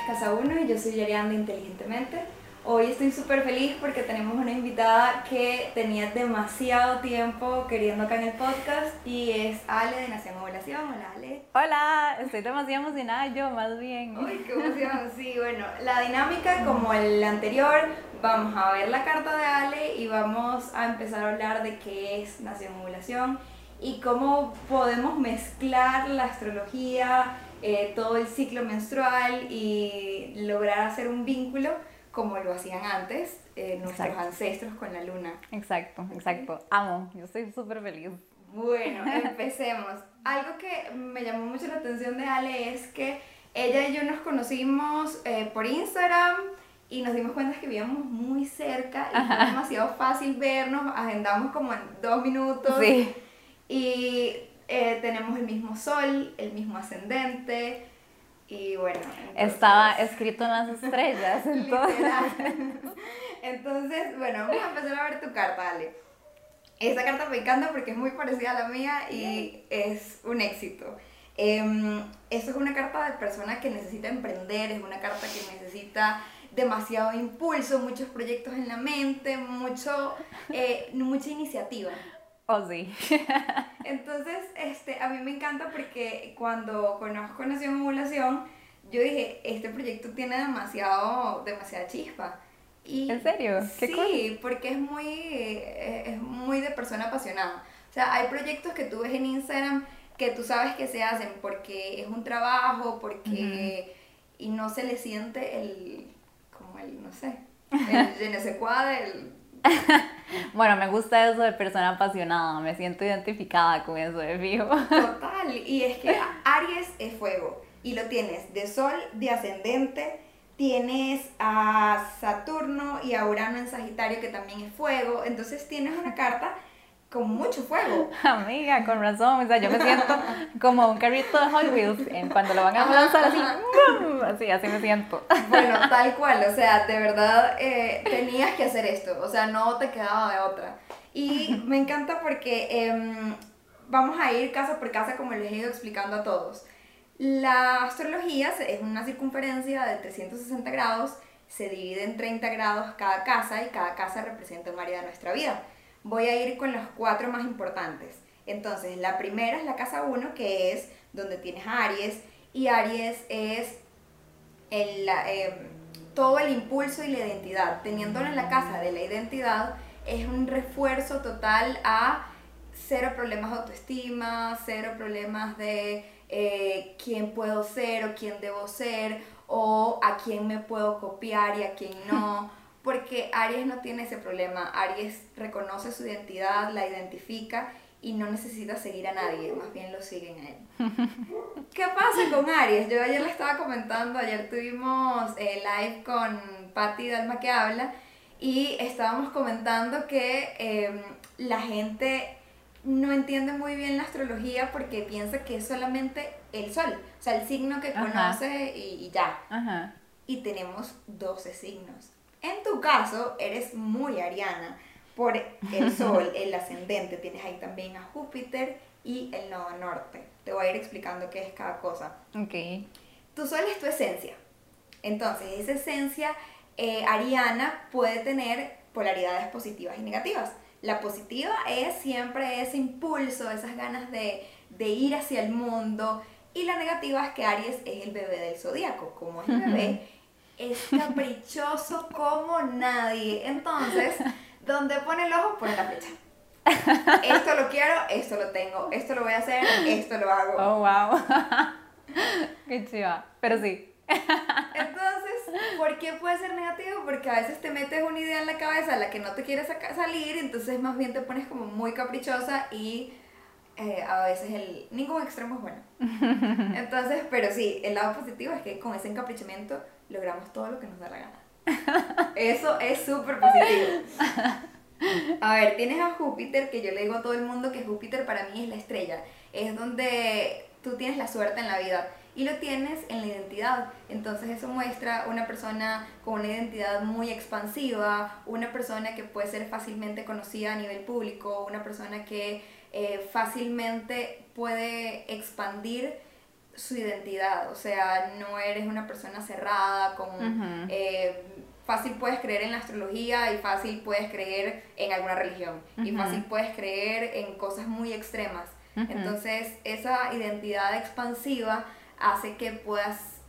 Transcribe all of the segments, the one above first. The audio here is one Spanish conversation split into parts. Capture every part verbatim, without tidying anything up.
Casa uno y yo soy Yarianda Inteligentemente. Hoy estoy súper feliz porque tenemos una invitada que tenía demasiado tiempo queriendo acá en el podcast y es Ale de Nación Ovulación. Hola Ale. Hola, estoy demasiado emocionada yo, más bien. Ay, qué emoción. Sí, bueno, la dinámica como el anterior, vamos a ver la carta de Ale y vamos a empezar a hablar de qué es Nación Ovulación y cómo podemos mezclar la astrología, eh, todo el ciclo menstrual y lograr hacer un vínculo como lo hacían antes eh, nuestros exacto. ancestros con la luna. Exacto, exacto. Amo, yo estoy súper feliz. Bueno, empecemos. Algo que me llamó mucho la atención de Ale es que ella y yo nos conocimos eh, por Instagram y nos dimos cuenta que vivíamos muy cerca y fue demasiado fácil vernos, agendamos como en dos minutos. Sí. Y eh, tenemos el mismo sol, el mismo ascendente y bueno. Entonces, estaba escrito en las estrellas. Entonces. Entonces, bueno, vamos a empezar a ver tu carta, Ale. Esta carta me encanta porque es muy parecida a la mía y es un éxito. Eh, esto es una carta de persona que necesita emprender, es una carta que necesita demasiado impulso, muchos proyectos en la mente, mucho, eh, mucha iniciativa. Oh, sí. Entonces, este, a mí me encanta porque cuando conozco Nación Ovulación, yo dije, este proyecto tiene demasiado, demasiada chispa. Y ¿en serio? ¿Qué sí, cool? porque es muy, es muy de persona apasionada. O sea, hay proyectos que tú ves en Instagram que tú sabes que se hacen porque es un trabajo, porque... Uh-huh. Y no se le siente el, como el, no sé, el je ne sais quoi del... Bueno, me gusta eso de persona apasionada, me siento identificada con eso de fijo. Total, y es que Aries es fuego, y lo tienes de Sol, de ascendente, tienes a Saturno y a Urano en Sagitario que también es fuego, entonces tienes una carta con mucho fuego. Amiga, con razón, o sea, yo me siento como un carrito de Hot Wheels en cuando lo van a lanzar así, así, así me siento. Bueno, tal cual, o sea, de verdad eh, tenías que hacer esto, o sea, no te quedaba de otra. Y me encanta porque eh, vamos a ir casa por casa como les he ido explicando a todos. La astrología es una circunferencia de trescientos sesenta grados, se divide en treinta grados cada casa y cada casa representa un área de nuestra vida. Voy a ir con los cuatro más importantes. Entonces, la primera es la casa uno, que es donde tienes a Aries, y Aries es el, eh, todo el impulso y la identidad. Teniéndolo en la casa de la identidad, es un refuerzo total a cero problemas de autoestima, cero problemas de eh, quién puedo ser o quién debo ser, o a quién me puedo copiar y a quién no. Porque Aries no tiene ese problema. Aries reconoce su identidad, la identifica y no necesita seguir a nadie, más bien lo siguen a él. ¿Qué pasa con Aries? Yo ayer le estaba comentando, ayer tuvimos eh, live con Patti Dalma que habla y estábamos comentando que eh, la gente no entiende muy bien la astrología porque piensa que es solamente el sol, o sea, el signo que Ajá. conoce y, y ya. Ajá. Y tenemos doce signos. En tu caso, eres muy ariana por el sol, el ascendente, tienes ahí también a Júpiter y el nodo norte. Te voy a ir explicando qué es cada cosa. Ok. Tu sol es tu esencia. Entonces, esa esencia eh, ariana puede tener polaridades positivas y negativas. La positiva es siempre ese impulso, esas ganas de, de ir hacia el mundo. Y la negativa es que Aries es el bebé del zodíaco. Como es el bebé, es caprichoso como nadie. Entonces, donde pone el ojo, pone la flecha. Esto lo quiero, esto lo tengo, esto lo voy a hacer, esto lo hago. Oh, wow. Qué chiva, pero sí. Entonces, ¿por qué puede ser negativo? Porque a veces te metes una idea en la cabeza a la que no te quieres salir, entonces más bien te pones como muy caprichosa y eh, a veces el ningún extremo es bueno. Entonces, pero sí, el lado positivo es que con ese encaprichamiento logramos todo lo que nos da la gana. Eso es súper positivo. A ver, tienes a Júpiter, que yo le digo a todo el mundo que Júpiter para mí es la estrella. Es donde tú tienes la suerte en la vida y lo tienes en la identidad. Entonces eso muestra una persona con una identidad muy expansiva, una persona que puede ser fácilmente conocida a nivel público, una persona que eh, fácilmente puede expandir su identidad, o sea, no eres una persona cerrada, con, Ujú. eh, fácil puedes creer en la astrología y fácil puedes creer en alguna religión y Ujú. fácil puedes creer en cosas muy extremas. Ujú. Entonces, esa identidad expansiva hace que puedas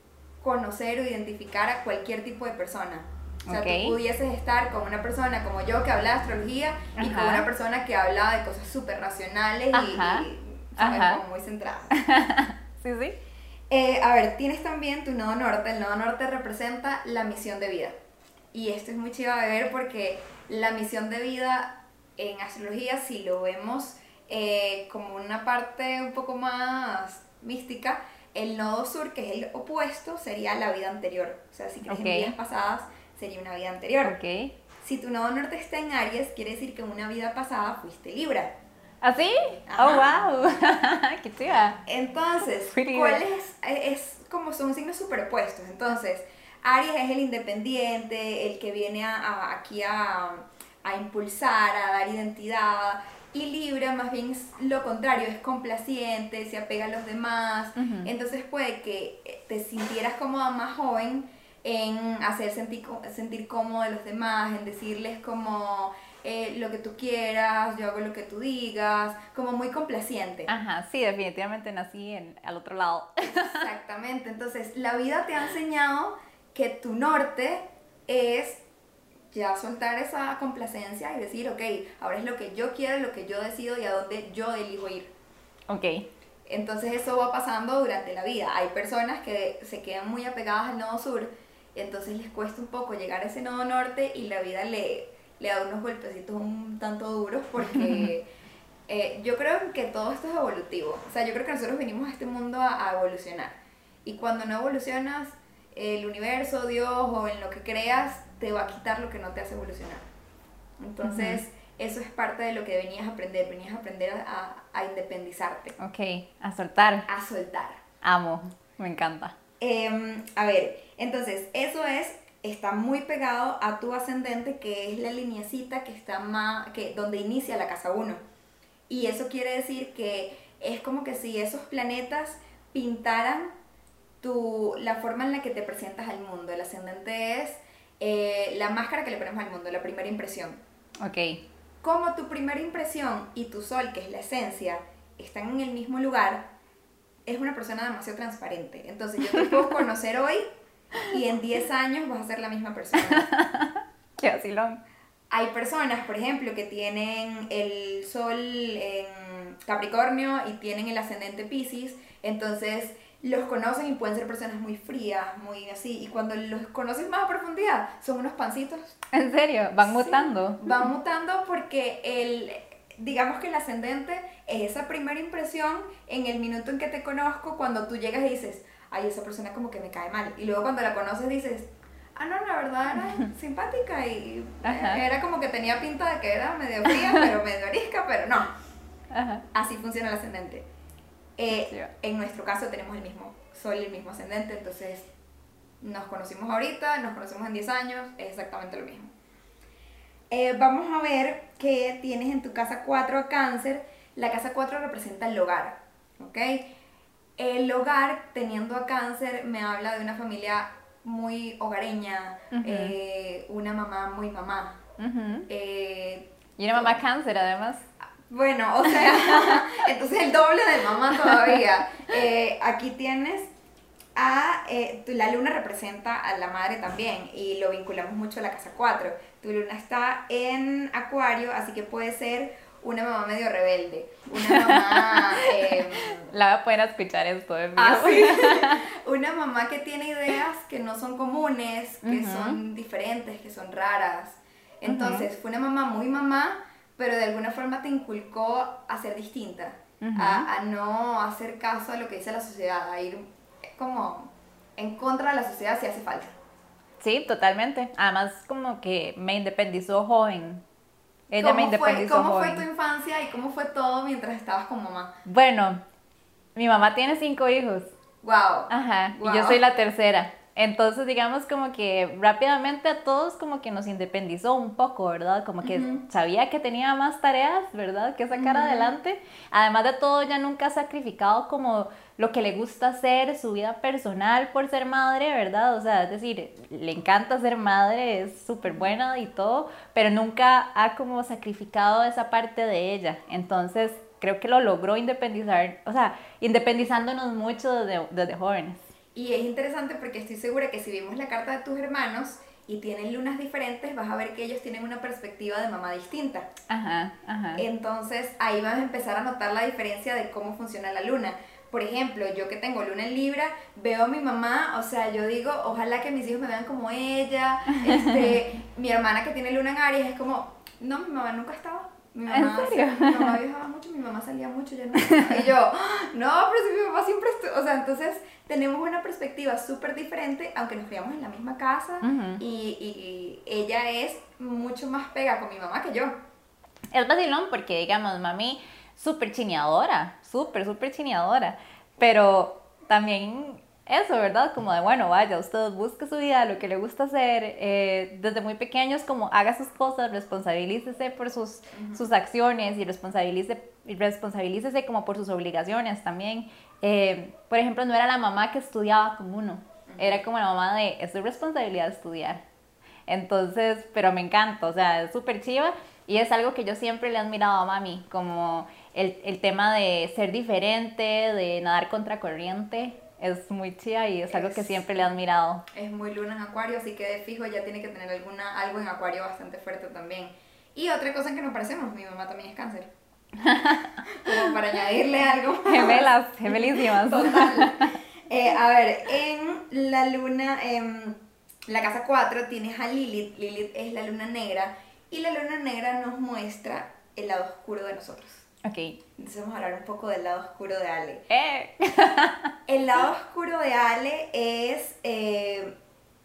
conocer o identificar a cualquier tipo de persona. O sea, Ok. tú pudieses estar con una persona como yo que habla de astrología y con Ajá. una persona que habla de cosas súper racionales y, Ajá. y, ¿sabes? Ajá. Como muy centradas. Sí, sí. Eh, a ver, tienes también tu nodo norte. El nodo norte representa la misión de vida. Y esto es muy chido de ver porque la misión de vida en astrología, si lo vemos eh, como una parte un poco más mística, el nodo sur, que es el opuesto, sería la vida anterior. O sea, si crees Ok. en vidas pasadas, sería una vida anterior. Ok. Si tu nodo norte está en Aries, quiere decir que en una vida pasada fuiste Libra. ¿Así? Ajá. Oh, wow. Qué chiva. Entonces, Pretty ¿cuál good. es? Es como son signos superpuestos. Entonces, Aries es el independiente, el que viene a, a- aquí a, a impulsar, a dar identidad. Y Libra más bien es lo contrario, es complaciente, se apega a los demás. Ujú. Entonces puede que te sintieras cómoda más joven en hacer sentir, sentir cómodo a los demás, en decirles como eh, lo que tú quieras, yo hago lo que tú digas, como muy complaciente. Ajá, sí, definitivamente nací en, al otro lado. Exactamente, entonces la vida te ha enseñado que tu norte es ya soltar esa complacencia y decir, ok, ahora es lo que yo quiero, lo que yo decido y a dónde yo elijo ir. Ok. Entonces eso va pasando durante la vida. Hay personas que se quedan muy apegadas al nodo sur, y entonces les cuesta un poco llegar a ese nodo norte y la vida le, le da unos golpecitos un tanto duros porque eh, yo creo que todo esto es evolutivo. O sea, yo creo que nosotros vinimos a este mundo a, a evolucionar. Y cuando no evolucionas, el universo, Dios o en lo que creas, te va a quitar lo que no te hace evolucionar. Entonces, Ujú. eso es parte de lo que venías a aprender. Venías a aprender a, a independizarte, Ok, a soltar. a soltar. Amo, me encanta. Eh, a ver, entonces, eso es, está muy pegado a tu ascendente, que es la lineecita que está más, que, donde inicia la casa uno. Y eso quiere decir que es como que si esos planetas pintaran tu, la forma en la que te presentas al mundo. El ascendente es eh, la máscara que le ponemos al mundo, la primera impresión. Ok. Como tu primera impresión y tu sol, que es la esencia, están en el mismo lugar, es una persona demasiado transparente. Entonces yo te puedo conocer hoy y en diez años vas a ser la misma persona. Qué vacilón. Hay personas, por ejemplo, que tienen el sol en Capricornio y tienen el ascendente Piscis, entonces los conocen y pueden ser personas muy frías, muy así, y cuando los conoces más a profundidad, son unos pancitos. ¿En serio? ¿Van Sí, mutando? van mutando porque el, digamos que el ascendente es esa primera impresión en el minuto en que te conozco, cuando tú llegas y dices, ay, esa persona como que me cae mal, y luego cuando la conoces dices, ah, no, la verdad era simpática y Ajá. era como que tenía pinta de que era medio fría, pero medio arisca, pero no. Ajá. Así funciona el ascendente. Eh, Sí. en nuestro caso tenemos el mismo sol y el mismo ascendente, entonces nos conocimos ahorita, nos conocemos en diez años, es exactamente lo mismo. Eh, vamos a ver qué tienes en tu casa cuatro a Cáncer. La casa cuatro representa el hogar, ¿ok? El hogar, teniendo a Cáncer, me habla de una familia muy hogareña, Ujú. eh, una mamá muy mamá. Ujú. eh, Y una mamá cáncer, además. bueno, o sea, entonces el doble de mamá todavía. Eh, aquí tienes a, eh, tu- la luna representa a la madre también y lo vinculamos mucho a la casa cuatro. Tu luna está en Acuario, así que puede ser una mamá medio rebelde, una mamá... eh, La voy a poder escuchar esto de Ah, sí. Una mamá que tiene ideas que no son comunes, que Ujú. son diferentes, que son raras. Entonces, fue una mamá muy mamá, pero de alguna forma te inculcó a ser distinta, Ujú. a, a no hacer caso a lo que dice la sociedad, a ir como en contra de la sociedad si hace falta. Sí, totalmente. Además, como que me independizó joven. Ella me ¿Cómo fue, independizó cómo fue joven. tu infancia y cómo fue todo mientras estabas con mamá? Bueno, mi mamá tiene cinco hijos. Wow. Ajá. Y Wow. yo soy la tercera. Entonces, digamos como que rápidamente a todos como que nos independizó un poco, ¿verdad? Como que Ujú. sabía que tenía más tareas, ¿verdad? Que sacar Ujú. adelante. Además de todo, ella nunca ha sacrificado como lo que le gusta hacer, su vida personal por ser madre, ¿verdad? O sea, es decir, le encanta ser madre, es súper buena y todo, pero nunca ha como sacrificado esa parte de ella. Entonces, creo que lo logró independizar, o sea, independizándonos mucho desde, desde jóvenes. Y es interesante porque estoy segura que si vimos la carta de tus hermanos y tienen lunas diferentes, vas a ver que ellos tienen una perspectiva de mamá distinta. Ajá, ajá. Entonces ahí vas a empezar a notar la diferencia de cómo funciona la luna. Por ejemplo, yo que tengo luna en Libra, veo a mi mamá, o sea, yo digo, ojalá que mis hijos me vean como ella. Este, mi hermana que tiene luna en Aries es como, no, mi mamá nunca estaba. Mi mamá, ¿En serio? mi mamá viajaba mucho, mi mamá salía mucho, yo no. Y yo, no, pero si mi mamá siempre estuvo, o sea, entonces tenemos una perspectiva súper diferente, aunque nos criamos en la misma casa, Ujú. y, y, y ella es mucho más pega con mi mamá que yo. Es vacilón porque, digamos, mami, súper chineadora, súper, súper chineadora, pero también eso, ¿verdad? Como de, bueno, vaya, usted busque su vida, lo que le gusta hacer, eh, desde muy pequeños, como haga sus cosas, responsabilícese por sus, Ujú. sus acciones y responsabilice, y responsabilícese como por sus obligaciones también. Eh, por ejemplo, no era la mamá que estudiaba como uno, era como la mamá de, es tu responsabilidad estudiar. Entonces, pero me encanta, o sea, es súper chiva y es algo que yo siempre le he admirado a mami, como el, el tema de ser diferente, de nadar contracorriente, es muy chiva y es algo que Es, siempre le he admirado. es muy luna en Acuario, así que de fijo ya tiene que tener alguna, algo en Acuario bastante fuerte también. Y otra cosa en que nos parecemos, mi mamá también es cáncer. Como para añadirle algo más. Gemelas, gemelísimas. Total. Eh, a ver, en la luna, en la casa cuatro tienes a Lilith. Lilith es la luna negra. Y la luna negra nos muestra el lado oscuro de nosotros. Ok. Entonces vamos a hablar un poco del lado oscuro de Ale. Eh. El lado oscuro de Ale es eh,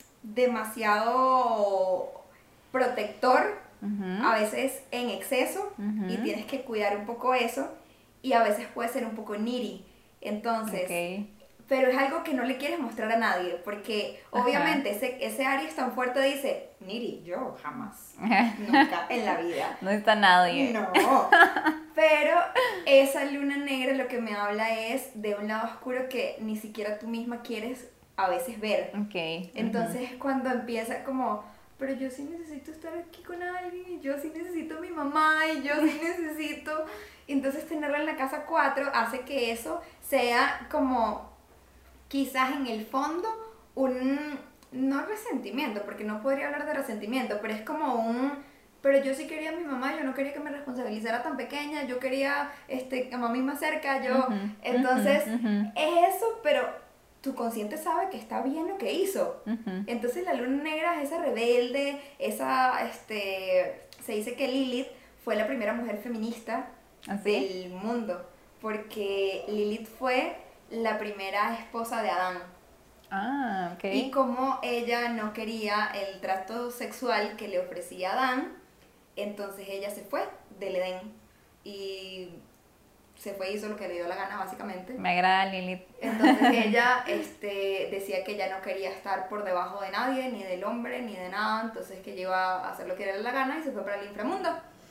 demasiado protector, Uh-huh. a veces en exceso, Uh-huh. y tienes que cuidar un poco eso, y a veces puede ser un poco needy. Entonces, Okay. pero es algo que no le quieres mostrar a nadie, porque obviamente ese, ese Aries tan fuerte dice, needy, yo jamás, nunca en la vida. No está nadie. No, pero esa luna negra lo que me habla es de un lado oscuro que ni siquiera tú misma quieres a veces ver. Ok. Entonces es cuando empieza como, pero yo sí necesito estar aquí con alguien, y yo sí necesito a mi mamá, y yo sí necesito... Entonces tenerla en la casa cuatro hace que eso sea como, quizás en el fondo, un... no resentimiento, porque no podría hablar de resentimiento, pero es como un... pero yo sí quería a mi mamá, yo no quería que me responsabilizara tan pequeña, yo quería este, a mami más cerca, yo... Uh-huh. Entonces, Uh-huh. es eso, pero tu consciente sabe que está bien lo que hizo. Uh-huh. Entonces la luna negra es esa rebelde, esa, este, se dice que Lilith fue la primera mujer feminista ¿Así? del mundo, porque Lilith fue la primera esposa de Adán. Ah, ok. Y como ella no quería el trato sexual que le ofrecía Adán, entonces ella se fue del Edén y se fue y hizo lo que le dio la gana, básicamente. Me agrada Lilith. Entonces ella este, decía que ella no quería estar por debajo de nadie, ni del hombre, ni de nada, entonces que ella iba a hacer lo que le diera la gana y se fue para el inframundo.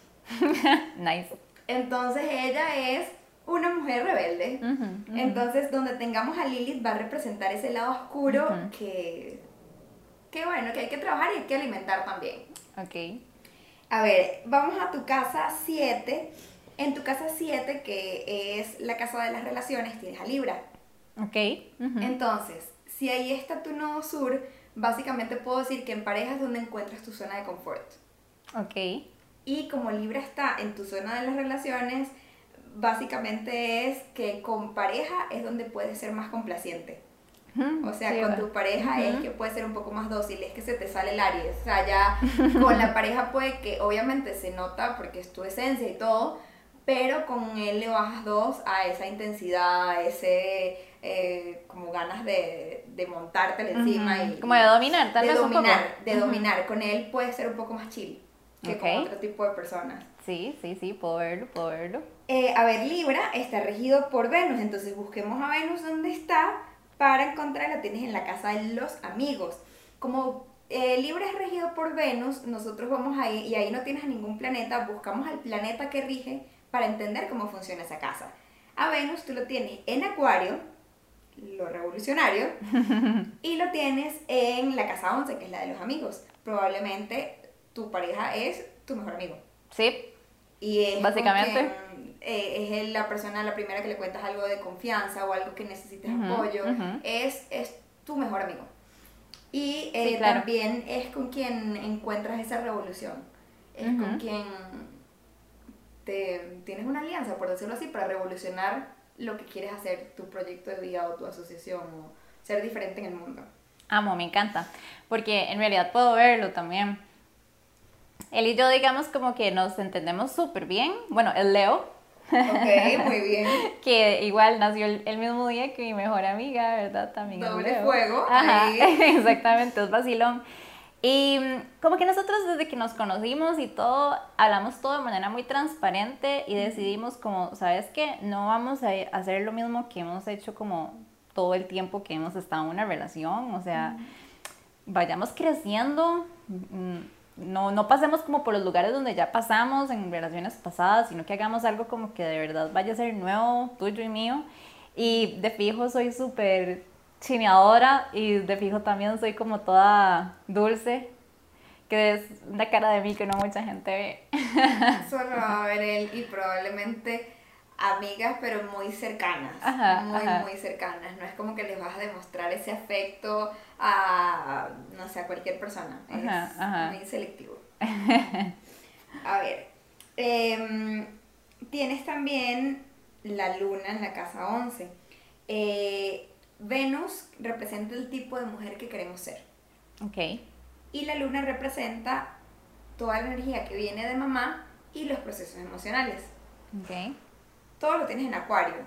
Nice. Entonces ella es una mujer rebelde. Uh-huh, uh-huh. Entonces donde tengamos a Lilith va a representar ese lado oscuro Uh-huh. que, que bueno, que hay que trabajar y hay que alimentar también. Ok. A ver, vamos a tu casa siete. En tu casa siete, que es la casa de las relaciones, tienes a Libra. Ok. Uh-huh. Entonces, si ahí está tu nodo sur, básicamente puedo decir que en pareja es donde encuentras tu zona de confort. Ok. Y como Libra está en tu zona de las relaciones, básicamente es que con pareja es donde puedes ser más complaciente. O sea, Sí, con va. tu pareja Ujú. es que puedes ser un poco más dócil, es que se te sale el Aries. O sea, ya con la pareja puede que obviamente se nota porque es tu esencia y todo, pero con él le bajas dos a esa intensidad, a ese eh, como ganas de, de montártele encima Ujú. y... Como de dominar, tal de vez dominar, un poco. de Ujú. dominar. Con él puede ser un poco más chill que Ok. con otro tipo de personas. Sí, sí, sí, puedo verlo, puedo verlo. Eh, a ver, Libra está regido por Venus, entonces busquemos a Venus dónde está para encontrar la tienes en la casa de los amigos. Como eh, Libra es regido por Venus, nosotros vamos ahí y ahí no tienes a ningún planeta, buscamos al planeta que rige para entender cómo funciona esa casa. A Venus tú lo tienes en Acuario, lo revolucionario, y lo tienes en la casa once, que es la de los amigos. Probablemente tu pareja es tu mejor amigo. Sí, y es básicamente. Quien, eh, es la persona, la primera que le cuentas algo de confianza o algo que necesites uh-huh, apoyo, uh-huh. es, es tu mejor amigo. Y eh, sí, claro. también es con quien encuentras esa revolución. Es uh-huh. con quien te, tienes una alianza, por decirlo así, para revolucionar lo que quieres hacer, tu proyecto de vida o tu asociación, o ser diferente en el mundo. Amo, me encanta, porque en realidad puedo verlo también. Él y yo, digamos, como que nos entendemos súper bien. Bueno, el Leo. Ok, muy bien. Que igual nació el, el mismo día que mi mejor amiga, ¿verdad? También doble es Leo. fuego. Ajá, exactamente, es vacilón. Y como que nosotros desde que nos conocimos y todo, hablamos todo de manera muy transparente y decidimos como, ¿sabes qué? No vamos a hacer lo mismo que hemos hecho como todo el tiempo que hemos estado en una relación. O sea, mm. vayamos creciendo, no, no pasemos como por los lugares donde ya pasamos en relaciones pasadas, sino que hagamos algo como que de verdad vaya a ser nuevo, tuyo y mío. Y de fijo soy súper chineadora y de fijo también soy como toda dulce, que es una cara de mí que no mucha gente ve. Solo va a ver él y probablemente amigas, pero muy cercanas, ajá, muy, ajá. muy cercanas. No es como que les vas a demostrar ese afecto a, no sé, a cualquier persona. Es ajá, ajá. muy selectivo. A ver, eh, tienes también la luna en la casa once. Eh, Venus representa el tipo de mujer que queremos ser. Ok. Y la luna representa toda la energía que viene de mamá y los procesos emocionales. Ok. Todo lo tienes en Acuario.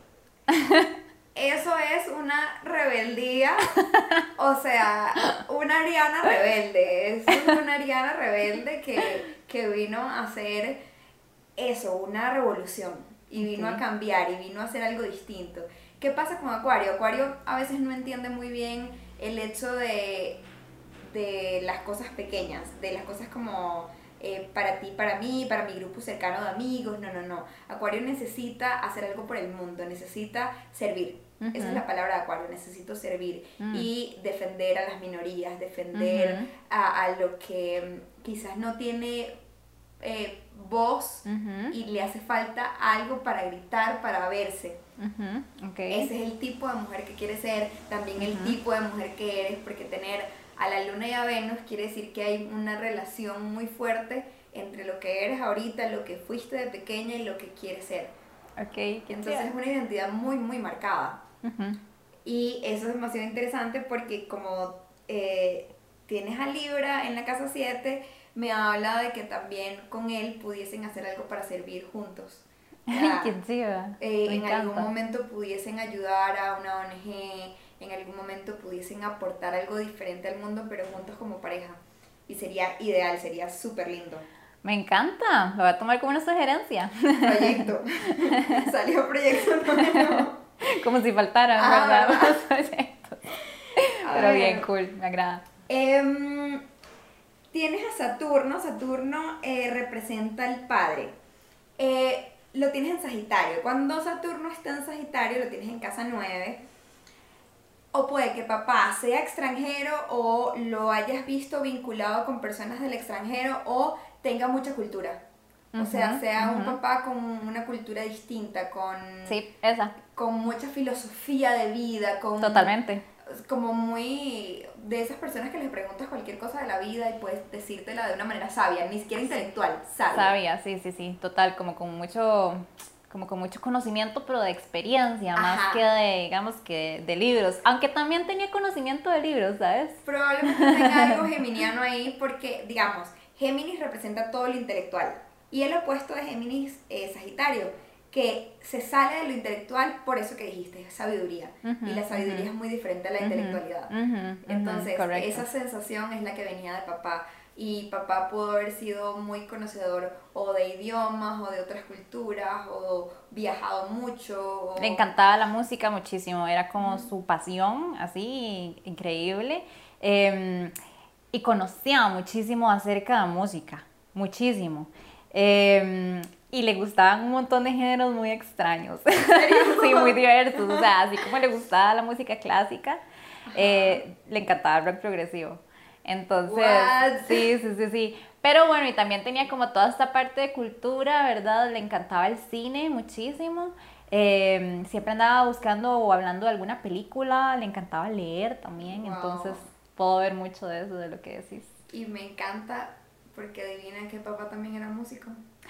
Eso es una rebeldía, o sea, una Ariana rebelde. Es una Ariana rebelde que, que vino a hacer eso, una revolución. Y vino okay. a cambiar y vino a hacer algo distinto. ¿Qué pasa con Acuario? Acuario a veces no entiende muy bien el hecho de, de las cosas pequeñas, de las cosas como eh, para ti, para mí, para mi grupo cercano de amigos. No, no, no. Acuario necesita hacer algo por el mundo, necesita servir. Uh-huh. Esa es la palabra de Acuario, necesito servir uh-huh. y defender a las minorías, defender uh-huh. a, a lo que quizás no tiene eh, voz uh-huh. y le hace falta algo para gritar, para verse. Uh-huh. Okay. Ese es el tipo de mujer que quieres ser, también uh-huh. el tipo de mujer que eres, porque tener a la luna y a Venus quiere decir que hay una relación muy fuerte entre lo que eres ahorita, lo que fuiste de pequeña y lo que quieres ser. Okay, entonces es una identidad muy muy marcada. Uh-huh. Y eso es demasiado interesante porque como eh, tienes a Libra en la casa siete, me habla de que también con él pudiesen hacer algo para servir juntos. O sea, ¡Qué chiva! Eh, en encanta. algún momento pudiesen ayudar a una O N G, en algún momento pudiesen aportar algo diferente al mundo, pero juntos como pareja. Y sería ideal, sería súper lindo. Me encanta, lo voy a tomar como una sugerencia. Proyecto. Salió proyecto nuevo. Como si faltaran, ah, ¿verdad? ¿verdad? Proyectos. Pero ver. Bien, cool, me agrada. Eh, tienes a Saturno, Saturno eh, representa al padre. Eh, lo tienes en Sagitario. Cuando Saturno está en Sagitario, lo tienes en casa nueve. O puede que papá sea extranjero o lo hayas visto vinculado con personas del extranjero o tenga mucha cultura. Uh-huh, o sea, sea uh-huh. un papá con una cultura distinta, con, sí, esa. con mucha filosofía de vida, con... Totalmente. Como muy de esas personas que les preguntas cualquier cosa de la vida y puedes decírtela de una manera sabia, ni siquiera intelectual, sabia. Sabia, sí, sí, sí, total, como con mucho, como con mucho conocimiento, pero de experiencia, Ajá. más que de, digamos, que de, de libros, aunque también tenía conocimiento de libros, ¿sabes? Probablemente tenga algo geminiano ahí porque, digamos, Géminis representa todo lo intelectual y el opuesto de Géminis es Sagitario, que se sale de lo intelectual por eso que dijiste, es sabiduría. Uh-huh, y la sabiduría uh-huh. es muy diferente a la uh-huh, intelectualidad. Uh-huh, Entonces, uh-huh, esa sensación es la que venía de papá. y papá pudo haber sido muy conocedor o de idiomas o de otras culturas o viajado mucho. O... Le encantaba la música muchísimo, era como uh-huh. su pasión, así, increíble. Eh, y conocía muchísimo acerca de música, muchísimo. Eh, y le gustaban un montón de géneros muy extraños. ¿En serio? Sí, muy diversos. O sea, así como le gustaba la música clásica, eh, le encantaba el rock progresivo. Entonces, What? sí, sí, sí, sí. Pero bueno, y también tenía como toda esta parte de cultura, ¿verdad? Le encantaba el cine muchísimo. Eh, siempre andaba buscando o hablando de alguna película, le encantaba leer también. Wow. Entonces, puedo ver mucho de eso, de lo que decís. Y me encanta porque adivina que papá también era músico.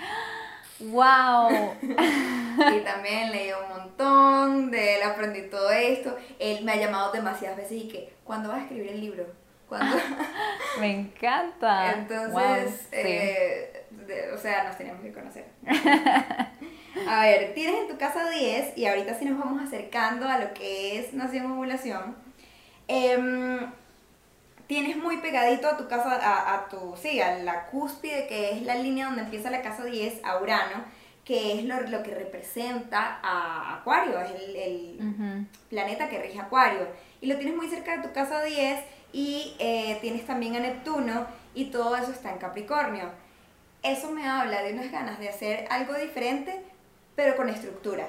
¡Wow! Y también leí un montón, de él aprendí todo esto. Él me ha llamado demasiadas veces y que, ¿cuándo vas a escribir el libro? ¿Cuándo? Me encanta. Entonces, wow, eh, sí. de, o sea, nos teníamos que conocer. A ver, tienes en tu casa diez y ahorita sí nos vamos acercando a lo que es Nación Ovulación. Eh, tienes muy pegadito a tu casa, a, a tu, sí, a la cúspide, que es la línea donde empieza la casa diez, a Urano, que es lo, lo que representa a Acuario, es el, el uh-huh. planeta que rige Acuario. Y lo tienes muy cerca de tu casa diez y eh, tienes también a Neptuno y todo eso está en Capricornio. Eso me habla de unas ganas de hacer algo diferente, pero con estructura.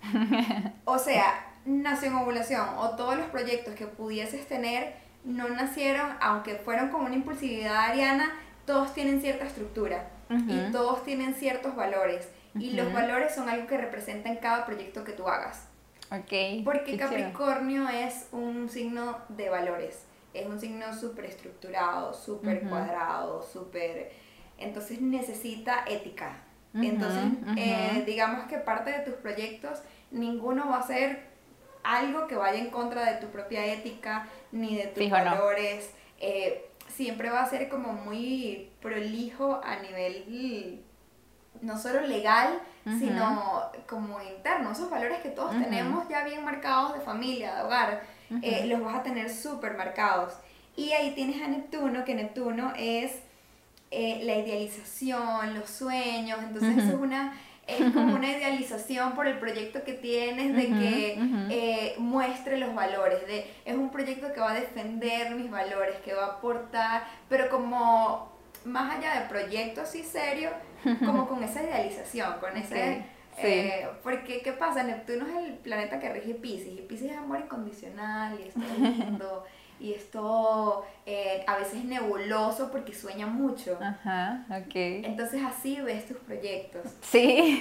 O sea, Nación Ovulación o todos los proyectos que pudieses tener no nacieron, aunque fueron con una impulsividad ariana, todos tienen cierta estructura uh-huh. y todos tienen ciertos valores. Uh-huh. Y los valores son algo que representan cada proyecto que tú hagas. Okay. Porque Capricornio es un signo de valores. Es un signo súper estructurado, súper uh-huh. cuadrado, súper... Entonces necesita ética. Uh-huh. Entonces, uh-huh. Eh, digamos que parte de tus proyectos, ninguno va a ser algo que vaya en contra de tu propia ética, ni de tus Fijo, valores. No. Eh, siempre va a ser como muy prolijo a nivel, no solo legal, uh-huh. sino como interno. Esos valores que todos uh-huh. tenemos ya bien marcados de familia, de hogar, uh-huh. eh, los vas a tener súper marcados. Y ahí tienes a Neptuno, que Neptuno es eh, la idealización, los sueños. Entonces uh-huh. eso es una... es como una idealización por el proyecto que tienes, de uh-huh, que uh-huh. eh, muestre los valores, de es un proyecto que va a defender mis valores, que va a aportar, pero como más allá de proyecto así serio, como con esa idealización, con okay, ese... Sí. Eh, porque, ¿qué pasa? Neptuno es el planeta que rige Piscis, y Piscis es amor incondicional, y es todo lindo, y es todo eh, a veces nebuloso porque sueña mucho. Ajá, ok. Entonces así ves tus proyectos. Sí.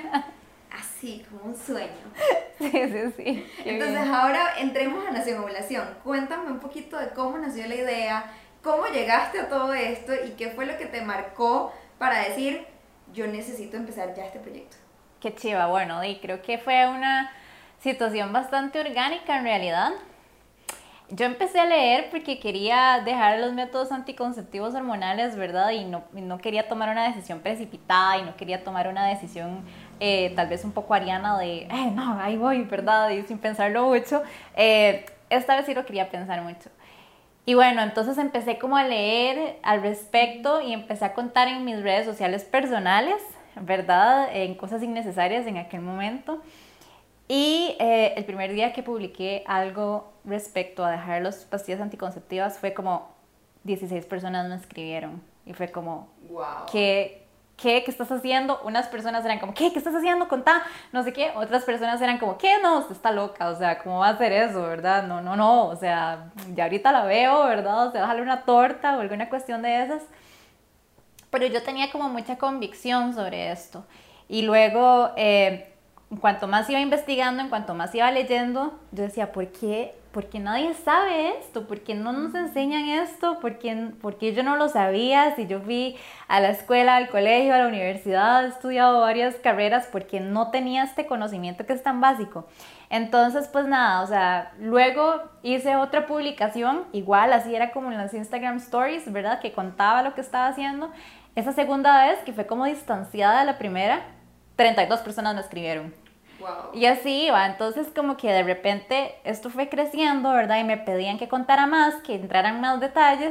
Así, como un sueño. Sí, sí, sí. Qué Entonces bien. Ahora entremos a Nación Ovulación. Cuéntame un poquito de cómo nació la idea, cómo llegaste a todo esto y qué fue lo que te marcó para decir, yo necesito empezar ya este proyecto. Qué chiva, bueno, y creo que fue una situación bastante orgánica en realidad. Yo empecé a leer porque quería dejar los métodos anticonceptivos hormonales, ¿verdad? Y no, no quería tomar una decisión precipitada y no quería tomar una decisión eh, tal vez un poco ariana de, eh, no, ahí voy, ¿verdad? Y sin pensarlo mucho. Eh, esta vez sí lo quería pensar mucho. Y bueno, entonces empecé como a leer al respecto y empecé a contar en mis redes sociales personales, ¿verdad? En cosas innecesarias en aquel momento. Y eh, el primer día que publiqué algo respecto a dejar las pastillas anticonceptivas fue como dieciséis personas me escribieron. Y fue como, wow. ¿qué, qué, ¿qué estás haciendo? Unas personas eran como, ¿qué? ¿Qué estás haciendo? Contá, no sé qué. Otras personas eran como, ¿qué? No, usted está loca, o sea, ¿cómo va a hacer eso, verdad? No, no, no, o sea, ya ahorita la veo, ¿verdad? O sea, déjale una torta o alguna cuestión de esas. Pero yo tenía como mucha convicción sobre esto. Y luego, eh, en cuanto más iba investigando, en cuanto más iba leyendo, yo decía, ¿por qué, ¿por qué nadie sabe esto? ¿Por qué no nos enseñan esto? ¿Por qué, ¿Por qué yo no lo sabía? Si yo fui a la escuela, al colegio, a la universidad, he estudiado varias carreras, ¿por qué no tenía este conocimiento que es tan básico? Entonces, pues nada, o sea, luego hice otra publicación, igual, así era como en las Instagram Stories, ¿verdad? Que contaba lo que estaba haciendo. Esa segunda vez, que fue como distanciada de la primera, treinta y dos personas me escribieron. Wow. Y así iba, entonces como que de repente esto fue creciendo, ¿verdad? Y me pedían que contara más, que entraran más detalles.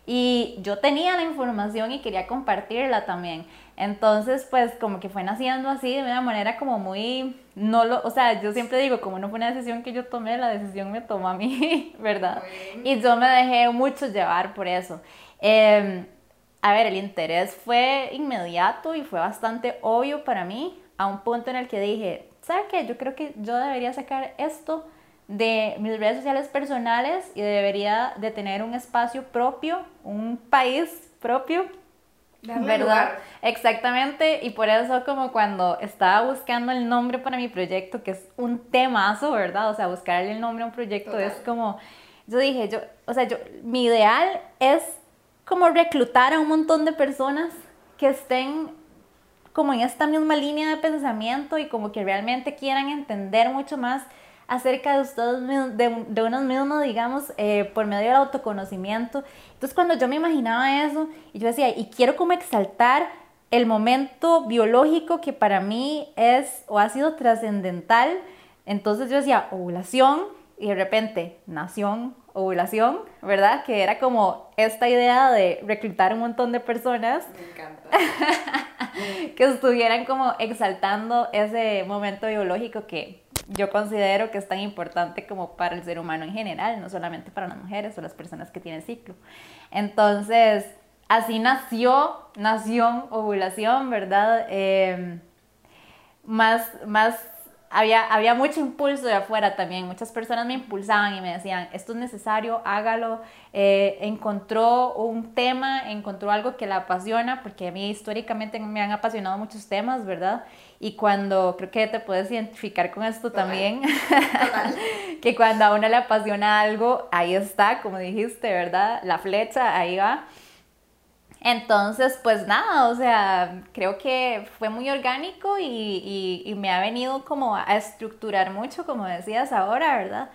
y yo tenía la información y quería compartirla también. Entonces, pues como que fue naciendo así de una manera como muy, no lo, o sea, yo siempre digo, como no fue una decisión que yo tomé, la decisión me tomó a mí, ¿verdad? Y yo me dejé mucho llevar por eso. Eh, a ver, el interés fue inmediato y fue bastante obvio para mí, a un punto en el que dije, ¿sabes qué? Yo creo que yo debería sacar esto de mis redes sociales personales y debería de tener un espacio propio, un país propio. Darle ¿Verdad? lugar. Exactamente, y por eso como cuando estaba buscando el nombre para mi proyecto, que es un temazo, ¿verdad? O sea, buscarle el nombre a un proyecto Total. es como, yo dije, yo, o sea, yo, mi ideal es como reclutar a un montón de personas que estén como en esta misma línea de pensamiento y como que realmente quieran entender mucho más acerca de ustedes mismos, de, de unos mismos, digamos, eh, por medio del autoconocimiento. Entonces cuando yo me imaginaba eso, y yo decía, y quiero como exaltar el momento biológico que para mí es o ha sido trascendental, entonces yo decía, ovulación, y de repente, nación, ovulación, ¿verdad? Que era como esta idea de reclutar un montón de personas. Me encanta. Que estuvieran como exaltando ese momento biológico que yo considero que es tan importante como para el ser humano en general, no solamente para las mujeres o las personas que tienen ciclo. Entonces, así nació, nación, ovulación, ¿verdad? Eh, más, más, había, había mucho impulso de afuera también, muchas personas me impulsaban y me decían, esto es necesario, hágalo, eh, encontró un tema, encontró algo que la apasiona, porque a mí históricamente me han apasionado muchos temas, ¿verdad? Y cuando, creo que te puedes identificar con esto Total. también, Total. que cuando a uno le apasiona algo, ahí está, como dijiste, ¿verdad? La flecha, ahí va. Entonces, pues nada, o sea, creo que fue muy orgánico y, y, y me ha venido como a estructurar mucho, como decías ahora, ¿verdad?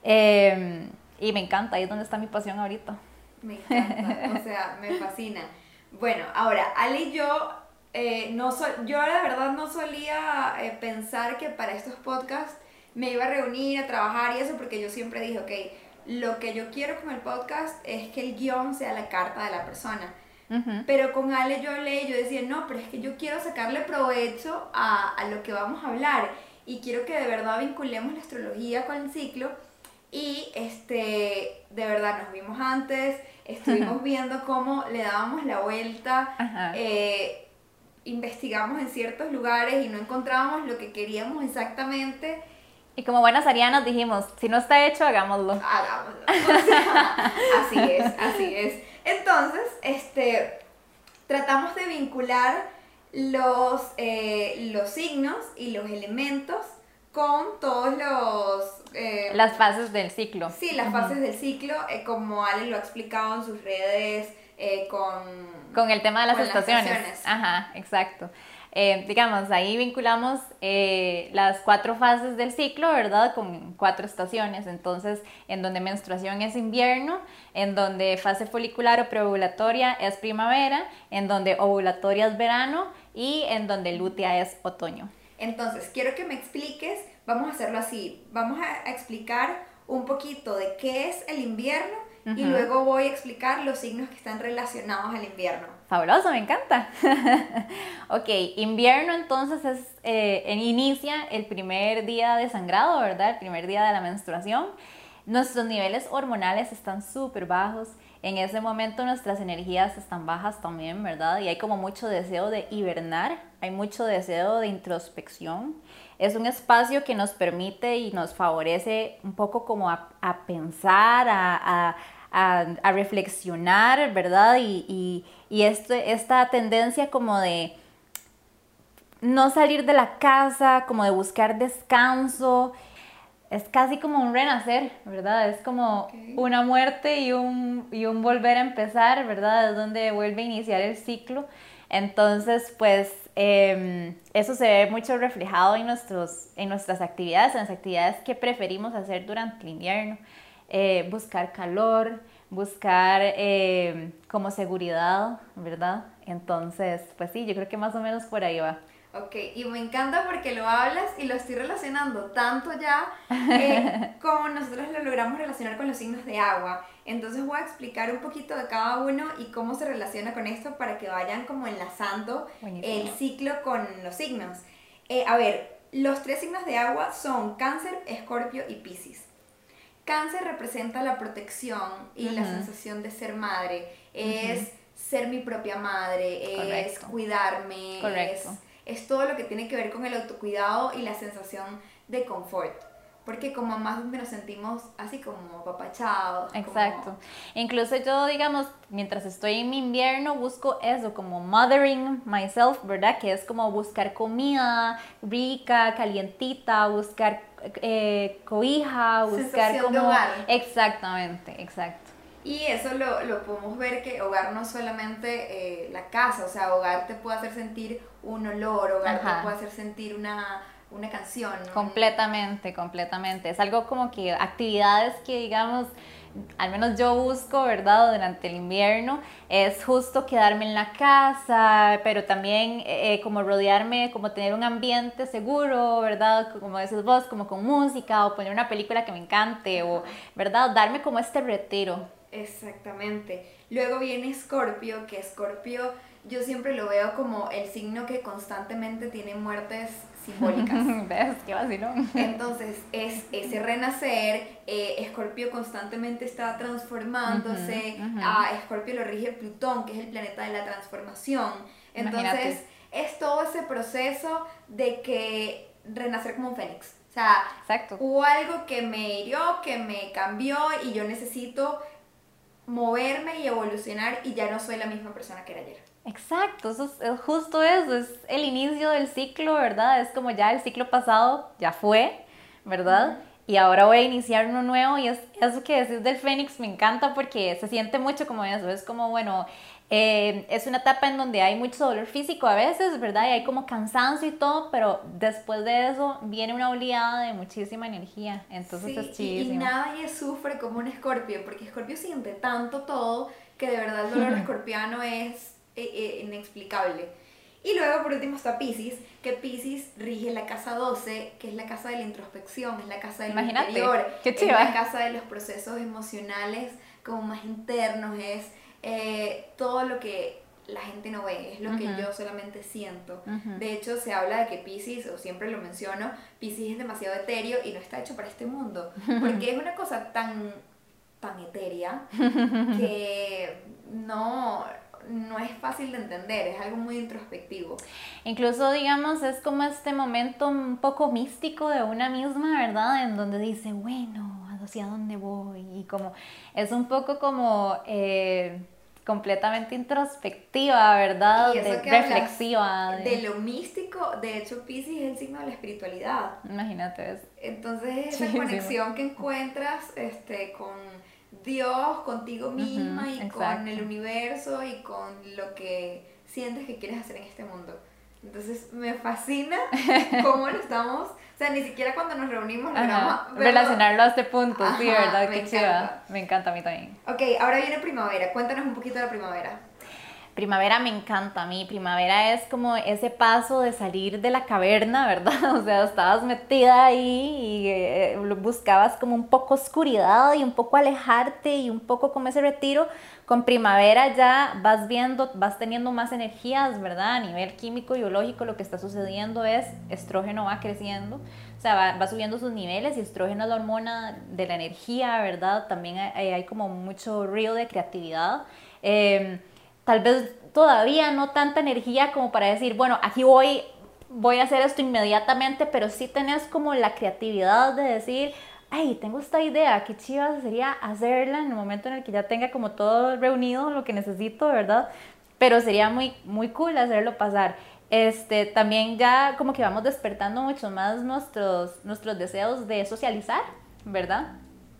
Eh, y me encanta, ahí es donde está mi pasión ahorita. Me encanta, o sea, me fascina. Bueno, ahora, Ale y yo, eh, no so, yo la verdad no solía eh, pensar que para estos podcasts me iba a reunir, a trabajar y eso, porque yo siempre dije, ok, lo que yo quiero con el podcast es que el guión sea la carta de la persona. Uh-huh. Pero con Ale yo leí, yo decía, no, pero es que yo quiero sacarle provecho a, a lo que vamos a hablar y quiero que de verdad vinculemos la astrología con el ciclo y este, de verdad nos vimos antes, estuvimos uh-huh. viendo cómo le dábamos la vuelta, uh-huh. eh, investigamos en ciertos lugares y no encontrábamos lo que queríamos exactamente. Y como buenas arianas dijimos, si no está hecho, hagámoslo. Hagámoslo. O sea, así es, así es. Entonces, este, tratamos de vincular los, eh, los signos y los elementos con todos los... Eh, las fases del ciclo. Sí, las uh-huh. fases del ciclo, eh, como Ale lo ha explicado en sus redes, eh, con... Con el tema de las estaciones. las estaciones. Ajá, exacto. Eh, digamos, ahí vinculamos eh, las cuatro fases del ciclo, ¿verdad? Con cuatro estaciones, entonces, en donde menstruación es invierno, en donde fase folicular o preovulatoria es primavera, en donde ovulatoria es verano y en donde lútea es otoño. Entonces, quiero que me expliques, vamos a hacerlo así, vamos a explicar un poquito de qué es el invierno uh-huh. y luego voy a explicar los signos que están relacionados al invierno. Fabuloso, me encanta. Ok, invierno entonces es, eh, inicia el primer día de sangrado, ¿verdad? El primer día de la menstruación. Nuestros niveles hormonales están súper bajos. En ese momento nuestras energías están bajas también, ¿verdad? Y hay como mucho deseo de hibernar, hay mucho deseo de introspección. Es un espacio que nos permite y nos favorece un poco como a, a pensar, a... a A, a reflexionar, ¿verdad? Y, y, y este, esta tendencia como de no salir de la casa, como de buscar descanso, es casi como un renacer, ¿verdad? Es como okay. una muerte y un, y un volver a empezar, ¿verdad? Es donde vuelve a iniciar el ciclo. Entonces, pues, eh, eso se ve mucho reflejado en, nuestros, en nuestras actividades, en las actividades que preferimos hacer durante el invierno. Eh, buscar calor, buscar eh, como seguridad, ¿verdad? Entonces, pues sí, yo creo que más o menos por ahí va. Ok, y me encanta porque lo hablas y lo estoy relacionando tanto ya eh, como nosotros lo logramos relacionar con los signos de agua. Entonces voy a explicar un poquito de cada uno y cómo se relaciona con esto para que vayan como enlazando Buenísimo. el ciclo con los signos. Eh, a ver, los tres signos de agua son Cáncer, Escorpio y Piscis. Cáncer representa la protección y uh-huh. la sensación de ser madre, es uh-huh. ser mi propia madre, es Correcto. cuidarme, Correcto. es... es todo lo que tiene que ver con el autocuidado y la sensación de confort. Porque como mamás donde nos sentimos así como apapachados. Exacto. Como... Incluso yo, digamos, mientras estoy en mi invierno, busco eso, como mothering myself, ¿verdad? Que es como buscar comida rica, calientita, buscar eh, cobija, buscar sensación como... de hogar. Exactamente, exacto. Y eso lo, lo podemos ver que hogar no es solamente eh, la casa, o sea, hogar te puede hacer sentir un olor, hogar Ajá. te puede hacer sentir una, una canción. Completamente, completamente. Es algo como que actividades que digamos, al menos yo busco, ¿verdad? Durante el invierno, es justo quedarme en la casa, pero también eh, como rodearme, como tener un ambiente seguro, ¿verdad? Como dices vos, como con música o poner una película que me encante, o, ¿verdad? Darme como este retiro. Exactamente. Luego viene Escorpio, que Escorpio yo siempre lo veo como el signo que constantemente tiene muertes simbólicas. ¿Ves? Qué vacilón. Entonces es ese renacer, Escorpio eh, constantemente está transformándose, uh-huh, uh-huh. a Escorpio lo rige Plutón, que es el planeta de la transformación. Entonces Imagínate. Es todo ese proceso de que renacer como un fénix. O sea, Exacto. Hubo algo que me hirió, que me cambió y yo necesito moverme y evolucionar y ya no soy la misma persona que era ayer. Exacto, eso es, es justo eso, es el inicio del ciclo, ¿verdad? Es como ya el ciclo pasado ya fue, ¿verdad? Uh-huh. Y ahora voy a iniciar uno nuevo y es eso que decís del Fénix me encanta porque se siente mucho como eso, es como, bueno, eh, es una etapa en donde hay mucho dolor físico a veces, ¿verdad? Y hay como cansancio y todo, pero después de eso viene una oleada de muchísima energía, entonces sí, es chidísimo. Y, y nadie sufre como un Escorpio, porque Escorpio siente tanto todo que de verdad el dolor escorpiano es eh, eh, inexplicable. Y luego por último está Piscis, que Piscis rige la casa doce, que es la casa de la introspección, es la casa del Imagínate, interior, qué es chiva. la casa de los procesos emocionales como más internos, es eh, todo lo que la gente no ve, es lo uh-huh. que yo solamente siento. Uh-huh. De hecho se habla de que Piscis, o siempre lo menciono, Piscis es demasiado etéreo y no está hecho para este mundo, porque es una cosa tan, tan etérea que no... no es fácil de entender, es algo muy introspectivo. Incluso, digamos, es como este momento un poco místico de una misma, ¿verdad? En donde dice, bueno, ¿hacia dónde voy? Y como, es un poco como eh, completamente introspectiva, ¿verdad? Y eso de, que reflexiva. De... de lo místico, de hecho, Piscis es el signo de la espiritualidad. Imagínate eso. Entonces, esa sí, conexión sí. que encuentras este, con... Dios, contigo misma uh-huh, y exacto. con el universo y con lo que sientes que quieres hacer en este mundo. Entonces me fascina cómo lo estamos, o sea, ni siquiera cuando nos reunimos logramos relacionarlo a este punto, Ajá, sí, ¿verdad? Qué chiva. Me encanta a mí también. Ok, ahora viene primavera, cuéntanos un poquito de la primavera. Primavera me encanta a mí, primavera es como ese paso de salir de la caverna, ¿verdad? O sea, estabas metida ahí y eh, buscabas como un poco oscuridad y un poco alejarte y un poco como ese retiro. Con primavera ya vas viendo, vas teniendo más energías, ¿verdad? A nivel químico y biológico lo que está sucediendo es estrógeno va creciendo, o sea, va, va subiendo sus niveles y estrógeno es la hormona de la energía, ¿verdad? También hay, hay como mucho río de creatividad. Eh, Tal vez todavía no tanta energía como para decir, bueno, aquí voy, voy a hacer esto inmediatamente, pero sí tenés como la creatividad de decir, ay, tengo esta idea, qué chiva sería hacerla en el momento en el que ya tenga como todo reunido lo que necesito, ¿verdad? Pero sería muy, muy cool hacerlo pasar. Este, también ya como que vamos despertando mucho más nuestros, nuestros deseos de socializar, ¿verdad?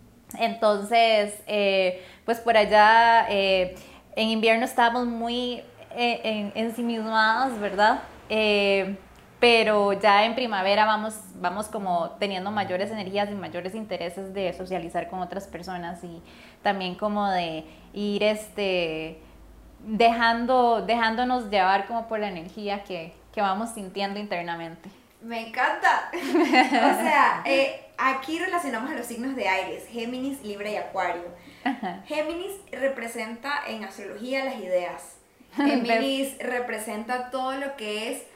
Entonces, eh, pues por allá... Eh, en invierno estábamos muy eh, en, ensimismadas, ¿verdad? Eh, pero ya en primavera vamos, vamos como teniendo mayores energías y mayores intereses de socializar con otras personas y también como de ir este, dejando, dejándonos llevar como por la energía que, que vamos sintiendo internamente. Me encanta. O sea, eh, aquí relacionamos a los signos de Aries, Géminis, Libra y Acuario. Ajá. Géminis representa en astrología las ideas. Géminis representa todo lo que es,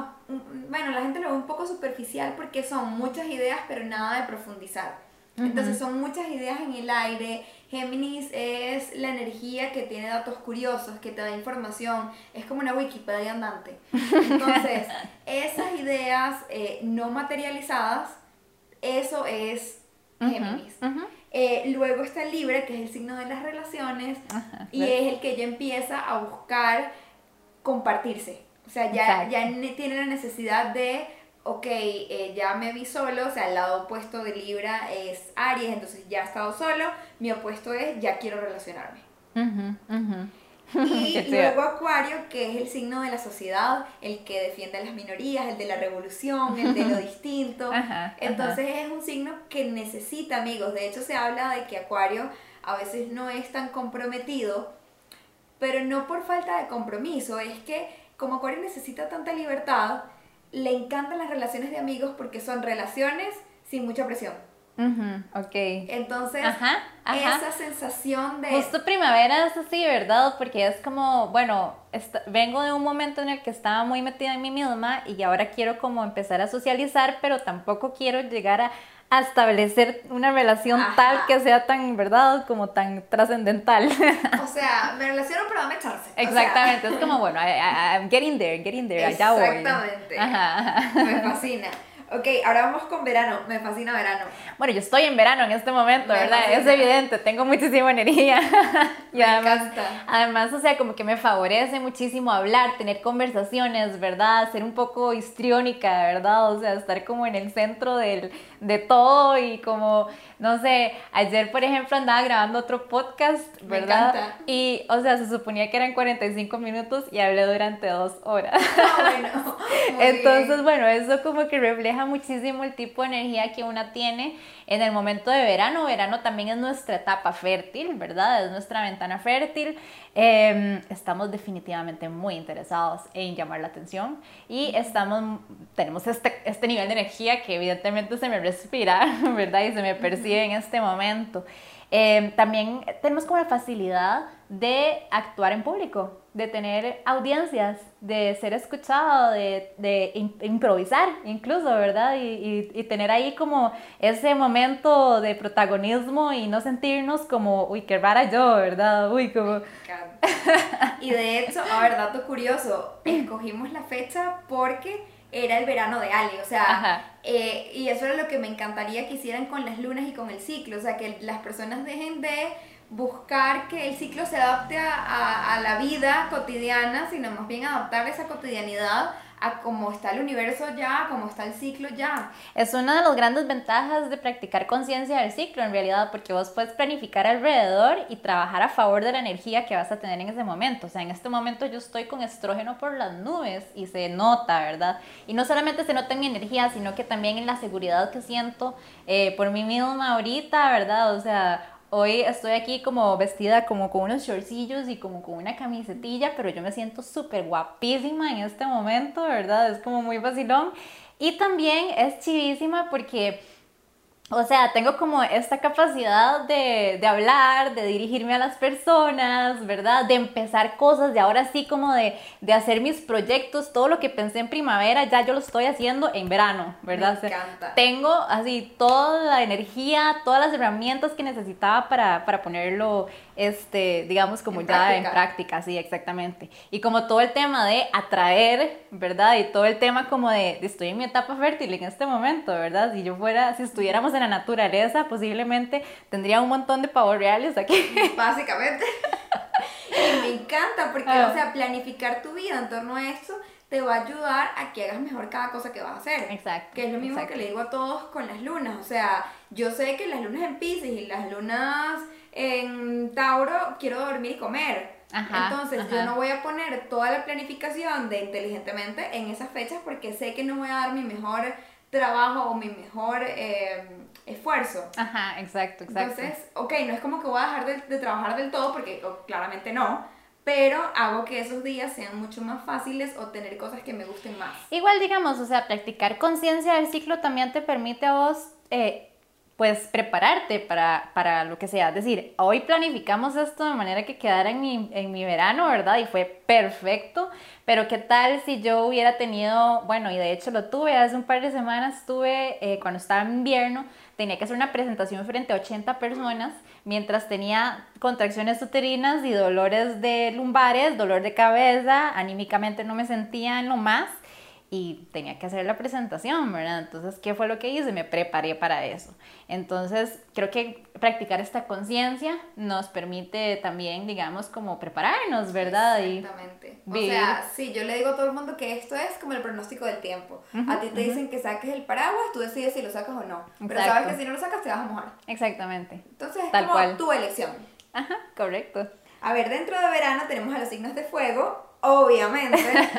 bueno, la gente lo ve un poco superficial porque son muchas ideas pero nada de profundizar. Entonces son muchas ideas en el aire. Géminis es la energía que tiene datos curiosos, que te da información, es como una Wikipedia andante. Entonces, esas ideas eh, no materializadas, eso es Géminis. Uh-huh, uh-huh. Eh, luego está Libra, que es el signo de las relaciones, uh-huh, y ¿ves? Es el que ya empieza a buscar compartirse. O sea, ya, ya tiene la necesidad de, ok, eh, ya me vi solo, o sea, el lado opuesto de Libra es Aries, entonces ya he estado solo, mi opuesto es, ya quiero relacionarme. Uh-huh, uh-huh. Y luego Acuario, que es el signo de la sociedad, el que defiende a las minorías, el de la revolución, el de lo distinto. Ajá, entonces ajá. Es un signo que necesita amigos. De hecho se habla de que Acuario a veces no es tan comprometido, pero no por falta de compromiso, es que como Acuario necesita tanta libertad, le encantan las relaciones de amigos porque son relaciones sin mucha presión. Uh-huh, ok. Entonces, ajá, ajá. esa sensación de... Justo primavera es así, ¿verdad? Porque es como, bueno, est- vengo de un momento en el que estaba muy metida en mí misma y ahora quiero como empezar a socializar, pero tampoco quiero llegar a, a establecer una relación ajá. tal que sea tan, ¿verdad? Como tan trascendental. O sea, me relaciono pero dame chance. Exactamente, o sea, es como, bueno, I, I, I'm getting there, getting there, allá voy. Exactamente. Ajá. Me fascina. Ok, ahora vamos con verano. Me fascina verano. Bueno, yo estoy en verano en este momento, me ¿verdad? Fascina. Es evidente, tengo muchísima energía. y me además, encanta. Además, o sea, como que me favorece muchísimo hablar, tener conversaciones, ¿verdad? Ser un poco histriónica, ¿verdad? O sea, estar como en el centro del, de todo y como, no sé, ayer, por ejemplo, andaba grabando otro podcast, ¿verdad? Me encanta. Y, o sea, se suponía que eran cuarenta y cinco minutos y hablé durante dos horas. Ah, bueno. Entonces, bien. bueno, eso como que refleja muchísimo el tipo de energía que una tiene en el momento de verano. Verano también es nuestra etapa fértil, ¿verdad? Es nuestra ventana fértil. Eh, estamos definitivamente muy interesados en llamar la atención y estamos, tenemos este, este nivel de energía que evidentemente se me respira, ¿verdad? Y se me percibe en este momento. Eh, también tenemos como la facilidad de actuar en público, de tener audiencias, de ser escuchado, de, de in, improvisar incluso, ¿verdad? Y, y, y tener ahí como ese momento de protagonismo y no sentirnos como, uy, qué rara yo, ¿verdad? Uy, como... Y de hecho, a ver, dato curioso, escogimos la fecha porque era el verano de Ali, o sea, eh, y eso era lo que me encantaría que hicieran con las lunas y con el ciclo, o sea, que las personas dejen de buscar que el ciclo se adapte a, a, a la vida cotidiana, sino más bien adaptar esa cotidianidad a cómo está el universo ya, a cómo está el ciclo ya. Es una de las grandes ventajas de practicar conciencia del ciclo en realidad, porque vos puedes planificar alrededor y trabajar a favor de la energía que vas a tener en ese momento. O sea, en este momento yo estoy con estrógeno por las nubes y se nota, ¿verdad? Y no solamente se nota en mi energía, sino que también en la seguridad que siento eh, por mí misma ahorita, ¿verdad? O sea... Hoy estoy aquí como vestida como con unos shortcillos y como con una camisetilla, pero yo me siento súper guapísima en este momento, ¿verdad? Es como muy vacilón. Y también es chivísima porque, o sea, tengo como esta capacidad de, de hablar, de dirigirme a las personas, ¿verdad? De empezar cosas, de ahora sí como de, de hacer mis proyectos, todo lo que pensé en primavera, ya yo lo estoy haciendo en verano, ¿verdad? Me encanta. O sea, tengo así toda la energía, todas las herramientas que necesitaba para, para ponerlo, este, digamos, como en ya práctica. en práctica, sí, exactamente. Y como todo el tema de atraer, ¿verdad? Y todo el tema como de, de estoy en mi etapa fértil en este momento, ¿verdad? Si yo fuera, si estuviéramos en la naturaleza, posiblemente tendría un montón de pavos reales aquí. Básicamente. Y me encanta porque, oh. o sea, planificar tu vida en torno a esto te va a ayudar a que hagas mejor cada cosa que vas a hacer. Exacto. Que es lo mismo exacto. que le digo a todos con las lunas. O sea, yo sé que las lunas en Piscis y las lunas en Tauro quiero dormir y comer. Ajá, Entonces ajá. yo no voy a poner toda la planificación de inteligentemente en esas fechas porque sé que no voy a dar mi mejor trabajo o mi mejor eh, esfuerzo. Ajá, exacto, exacto. Entonces, ok, no es como que voy a dejar de, de trabajar del todo porque oh, claramente no, pero hago que esos días sean mucho más fáciles o tener cosas que me gusten más. Igual, digamos, o sea, practicar conciencia del ciclo también te permite a vos, eh, pues, prepararte para, para lo que sea. Es decir, hoy planificamos esto de manera que quedara en mi, en mi verano, ¿verdad? Y fue perfecto, pero ¿qué tal si yo hubiera tenido, bueno, y de hecho lo tuve, hace un par de semanas tuve, eh, cuando estaba en invierno, tenía que hacer una presentación frente a ochenta personas, mientras tenía contracciones uterinas y dolores de lumbares, dolor de cabeza, anímicamente no me sentía en lo más, y tenía que hacer la presentación, ¿verdad? Entonces, ¿qué fue lo que hice? Me preparé para eso. Entonces, creo que practicar esta conciencia nos permite también, digamos, como prepararnos, ¿verdad? Exactamente. Y o vivir. sea, sí, yo le digo a todo el mundo que esto es como el pronóstico del tiempo. Uh-huh, a ti te uh-huh. dicen que saques el paraguas, tú decides si lo sacas o no. Pero Exacto. sabes que si no lo sacas te vas a mojar. Exactamente. Entonces es Tal como cual. tu elección. Ajá, correcto. A ver, dentro de verano tenemos a los signos de fuego, obviamente.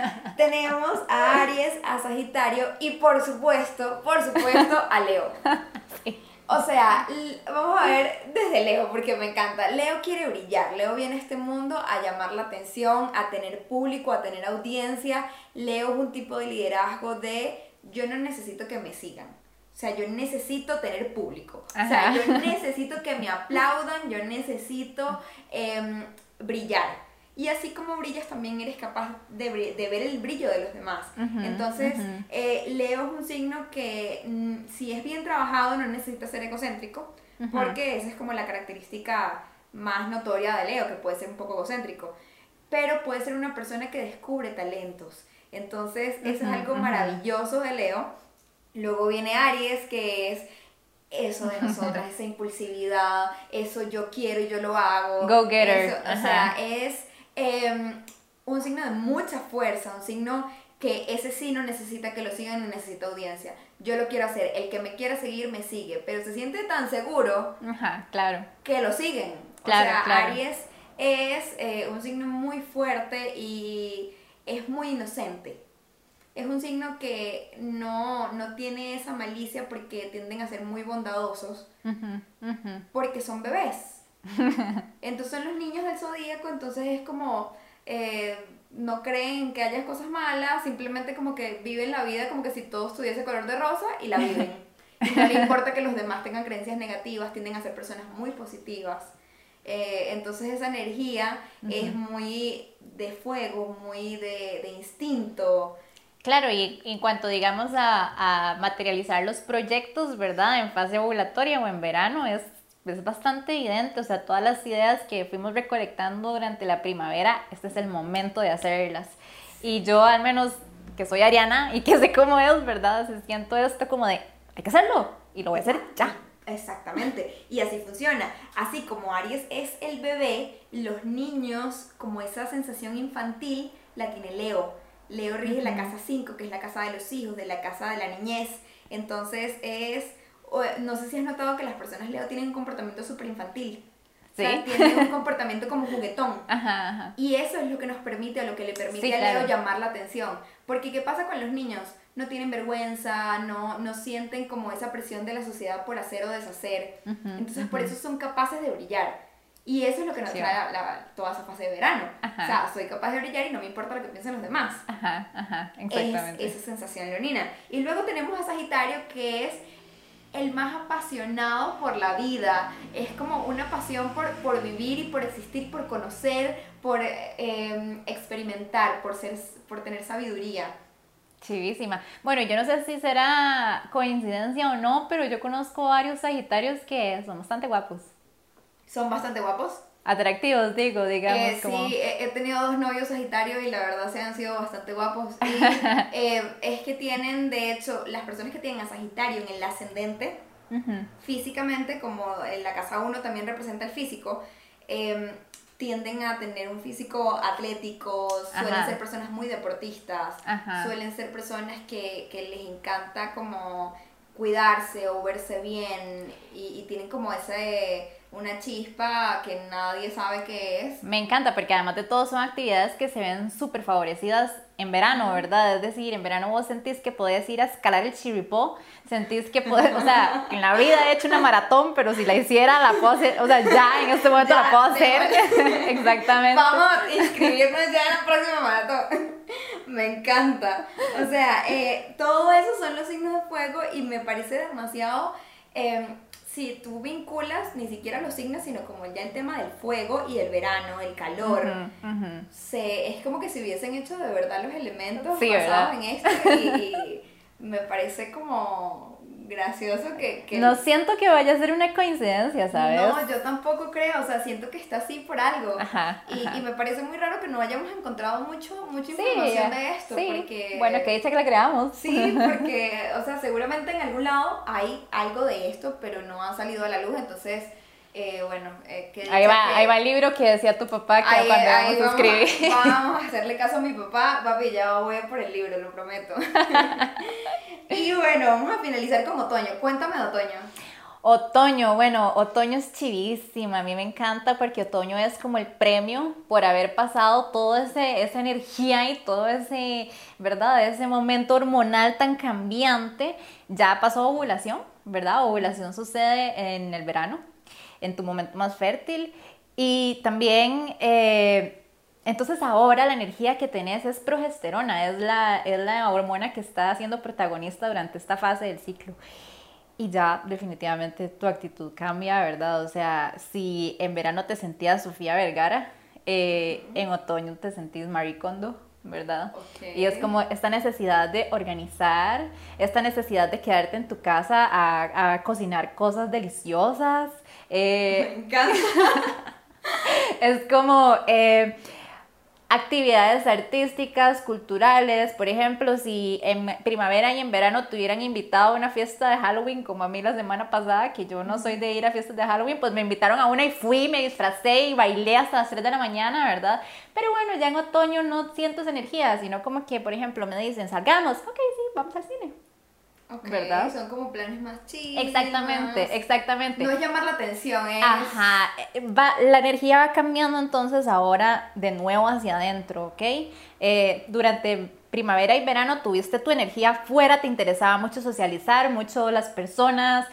Tenemos a Aries, a Sagitario y por supuesto, por supuesto, a Leo. Sí. O sea, l- vamos a ver desde Leo, porque me encanta. Leo quiere brillar. Leo viene a este mundo a llamar la atención, a tener público, a tener audiencia. Leo es un tipo de liderazgo de yo no necesito que me sigan. O sea, yo necesito tener público. O sea, Ajá. yo necesito que me aplaudan, yo necesito em, brillar. Y así como brillas, también eres capaz de, bri- de ver el brillo de los demás. Ujú, Entonces, ujú. eh, Leo es un signo que mm, si es bien trabajado no necesita ser egocéntrico, Ujú. porque esa es como la característica más notoria de Leo, que puede ser un poco egocéntrico. Pero puede ser una persona que descubre talentos. Entonces, eso Ujú, es algo ujú. maravilloso de Leo. Luego viene Aries, que es eso de nosotras, esa impulsividad, eso yo quiero y yo lo hago. Go getter. Eso, o Ajá. sea, es eh, un signo de mucha fuerza, un signo que ese sí no necesita que lo sigan ni necesita audiencia. Yo lo quiero hacer, el que me quiera seguir me sigue, pero se siente tan seguro Ajá, claro. que lo siguen. O Claro, sea, claro. Aries es eh, un signo muy fuerte y es muy inocente. Es un signo que no, no tiene esa malicia porque tienden a ser muy bondadosos Ujú, ujú. porque son bebés. Entonces son los niños del zodíaco, entonces es como eh, no creen que haya cosas malas, simplemente como que viven la vida como que si todo estuviese color de rosa y la viven. Y no le importa que los demás tengan creencias negativas, tienden a ser personas muy positivas. Eh, entonces esa energía Ujú. es muy de fuego, muy de, de instinto. Claro, y en cuanto digamos a, a materializar los proyectos, ¿verdad? En fase ovulatoria o en verano es, es bastante evidente, o sea, todas las ideas que fuimos recolectando durante la primavera, este es el momento de hacerlas. Y yo al menos que soy ariana y que sé cómo es, ¿verdad? Se siento esto como de, hay que hacerlo y lo voy a hacer ya. Exactamente, y así funciona. Así como Aries es el bebé, los niños, como esa sensación infantil, la tiene Leo. Leo rige la casa cinco, que es la casa de los hijos, de la casa de la niñez. Entonces es, o- no sé si has notado que las personas Leo tienen un comportamiento súper infantil. Sí. O sea, tienen un comportamiento como juguetón. Ajá, ajá. Y eso es lo que nos permite, o lo que le permite Sí, a Leo claro. llamar la atención. Porque ¿qué pasa con los niños? No tienen vergüenza, no, no sienten como esa presión de la sociedad por hacer o deshacer. Ujú, Entonces por ujú. eso son capaces de brillar. Y eso es lo que nos Sí. trae la- la- toda esa fase de verano. Ajá. O sea, soy capaz de brillar y no me importa lo que piensen los demás. Ajá, ajá, Es exactamente. esa sensación leonina. Y luego tenemos a Sagitario, que es el más apasionado por la vida. Es como una pasión por, por vivir y por existir, por conocer, por eh, experimentar, por, ser, por tener sabiduría. Chivísima. Bueno, yo no sé si será coincidencia o no, pero yo conozco varios sagitarios que son bastante guapos. Son bastante guapos. Atractivos, digo, digamos, Eh, como... Sí, he, he tenido dos novios Sagitarios y la verdad se han sido bastante guapos. Y eh, es que tienen, de hecho, las personas que tienen a Sagitario en el ascendente, Ujú. físicamente, como en la casa uno también representa el físico, eh, tienden a tener un físico atlético, suelen Ajá. ser personas muy deportistas, Ajá. suelen ser personas que, que les encanta como cuidarse o verse bien y, y tienen como ese una chispa que nadie sabe qué es. Me encanta porque además de todo son actividades que se ven súper favorecidas en verano, ¿verdad? Es decir, en verano vos sentís que podés ir a escalar el Chirripó, sentís que podés, o sea, en la vida he hecho una maratón, pero si la hiciera la puedo hacer, o sea, ya en este momento Ya, la puedo sí, hacer. Exactamente. Vamos a inscribirnos ya en la próxima maratón. Me encanta. O sea, eh, todo eso son los signos de fuego y me parece demasiado... Eh, si tú vinculas ni siquiera los signos, sino como ya el tema del fuego y del verano, el calor, Uh-huh, uh-huh. se, es como que si hubiesen hecho de verdad los elementos Sí, basados ¿verdad? en esto y, y me parece como gracioso que... que No siento que vaya a ser una coincidencia, ¿sabes? No, yo tampoco creo, o sea, siento que está así por algo. Ajá, y, ajá. y me parece muy raro que no hayamos encontrado mucho, mucha Sí, información de esto, sí. porque... Bueno, que dice que la creamos. Sí, porque, o sea, seguramente en algún lado hay algo de esto, pero no ha salido a la luz, entonces, eh, bueno, eh, que Ahí dicha va, que- ahí va el libro que decía tu papá que Ahí- cuando ahí vamos a vamos, escribir. a, vamos a hacerle caso a mi papá, papi, ya voy a por el libro, lo prometo. Y bueno, vamos a finalizar con otoño. Cuéntame de otoño. Otoño, bueno, otoño es chivísima, a mí me encanta porque otoño es como el premio por haber pasado toda esa energía y todo ese, ¿verdad? Ese momento hormonal tan cambiante. Ya pasó ovulación, ¿verdad? Ovulación sucede en el verano, en tu momento más fértil. Y también, eh, entonces ahora la energía que tenés es progesterona, es la, es la hormona que está siendo protagonista durante esta fase del ciclo. Y ya definitivamente tu actitud cambia, ¿verdad? O sea, si en verano te sentías Sofía Vergara, eh, en otoño te sentís Marie Kondo, ¿verdad? Ok. Y es como esta necesidad de organizar, esta necesidad de quedarte en tu casa a, a cocinar cosas deliciosas. eh, Me encanta. es como... eh, actividades artísticas, culturales, por ejemplo, si en primavera y en verano te hubieran invitado a una fiesta de Halloween, como a mí la semana pasada, que yo no soy de ir a fiestas de Halloween, pues me invitaron a una y fui, me disfracé y bailé hasta las tres de la mañana, ¿verdad? Pero bueno, ya en otoño no siento esa energía, sino como que, por ejemplo, me dicen, salgamos, ok, sí, vamos al cine. Ok, ¿Verdad? son como planes más chill. Exactamente, más- exactamente. No es llamar la atención, es... Ajá, eh, va, la energía va cambiando entonces ahora de nuevo hacia adentro, ¿ok? Eh, durante primavera y verano tuviste tu energía afuera, te interesaba mucho socializar, mucho las personas,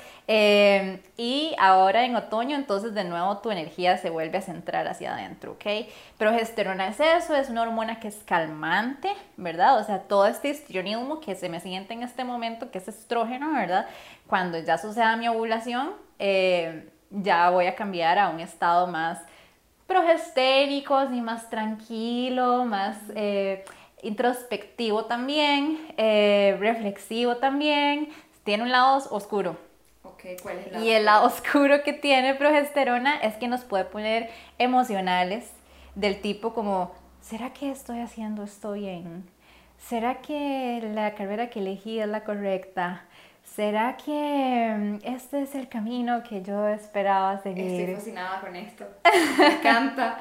eh, y ahora en otoño entonces de nuevo tu energía se vuelve a centrar hacia adentro, ¿ok? Progesterona es eso, es una hormona que es calmante, ¿verdad? O sea, todo este histrionismo que se me siente en este momento, que es estrógeno, ¿verdad? Cuando ya suceda mi ovulación, eh, ya voy a cambiar a un estado más progesténico, así más tranquilo, más eh, introspectivo también, eh, reflexivo también. Tiene un lado oscuro. Ok, ¿cuál es la Y el lado oscuro que tiene progesterona es que nos puede poner emocionales del tipo como, ¿será que estoy haciendo esto bien? ¿Será que la carrera que elegí es la correcta? ¿Será que mm, este es el camino que yo esperaba seguir? Estoy fascinada con esto. Me encanta.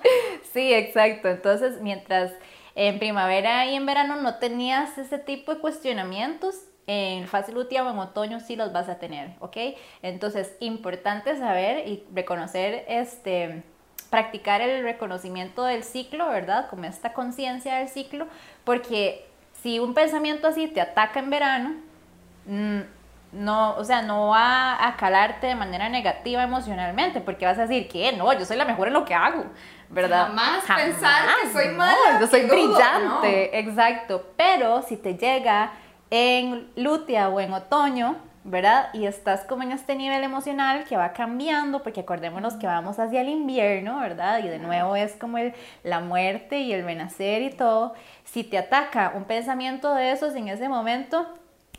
Sí, exacto. Entonces, mientras en primavera y en verano no tenías ese tipo de cuestionamientos, en fase lútea o en otoño sí los vas a tener, ¿ok? Entonces, importante saber y reconocer, este, practicar el reconocimiento del ciclo, ¿verdad? Como esta conciencia del ciclo, porque si un pensamiento así te ataca en verano, mm, no, o sea, no va a calarte de manera negativa emocionalmente, porque vas a decir que no, yo soy la mejor en lo que hago, ¿verdad? Jamás pensar que soy no, mala, yo soy que dudo, brillante, exacto, pero si te llega en lútea o en otoño, ¿verdad? Y estás como en este nivel emocional que va cambiando, porque acordémonos que vamos hacia el invierno, ¿verdad? Y de nuevo es como el, la muerte y el renacer y todo. Si te ataca un pensamiento de esos en ese momento,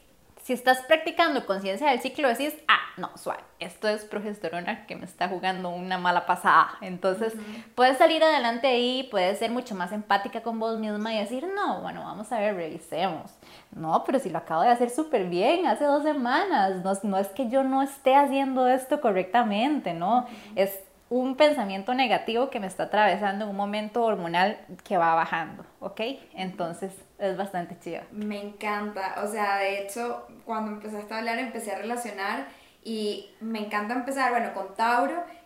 si estás practicando conciencia del ciclo, decís, ah, no, suave, esto es progesterona que me está jugando una mala pasada. Entonces, uh-huh. puedes salir adelante ahí, puedes ser mucho más empática con vos misma y decir, no, bueno, vamos a ver, revisemos. No, pero si lo acabo de hacer súper bien hace dos semanas, no, no es que yo no esté haciendo esto correctamente, ¿no? Uh-huh. Es un pensamiento negativo que me está atravesando en un momento hormonal que va bajando, ¿ok? Entonces es bastante chido. Me encanta, o sea, de hecho, cuando empezaste a hablar empecé a relacionar y me encanta empezar, bueno, con Tauro,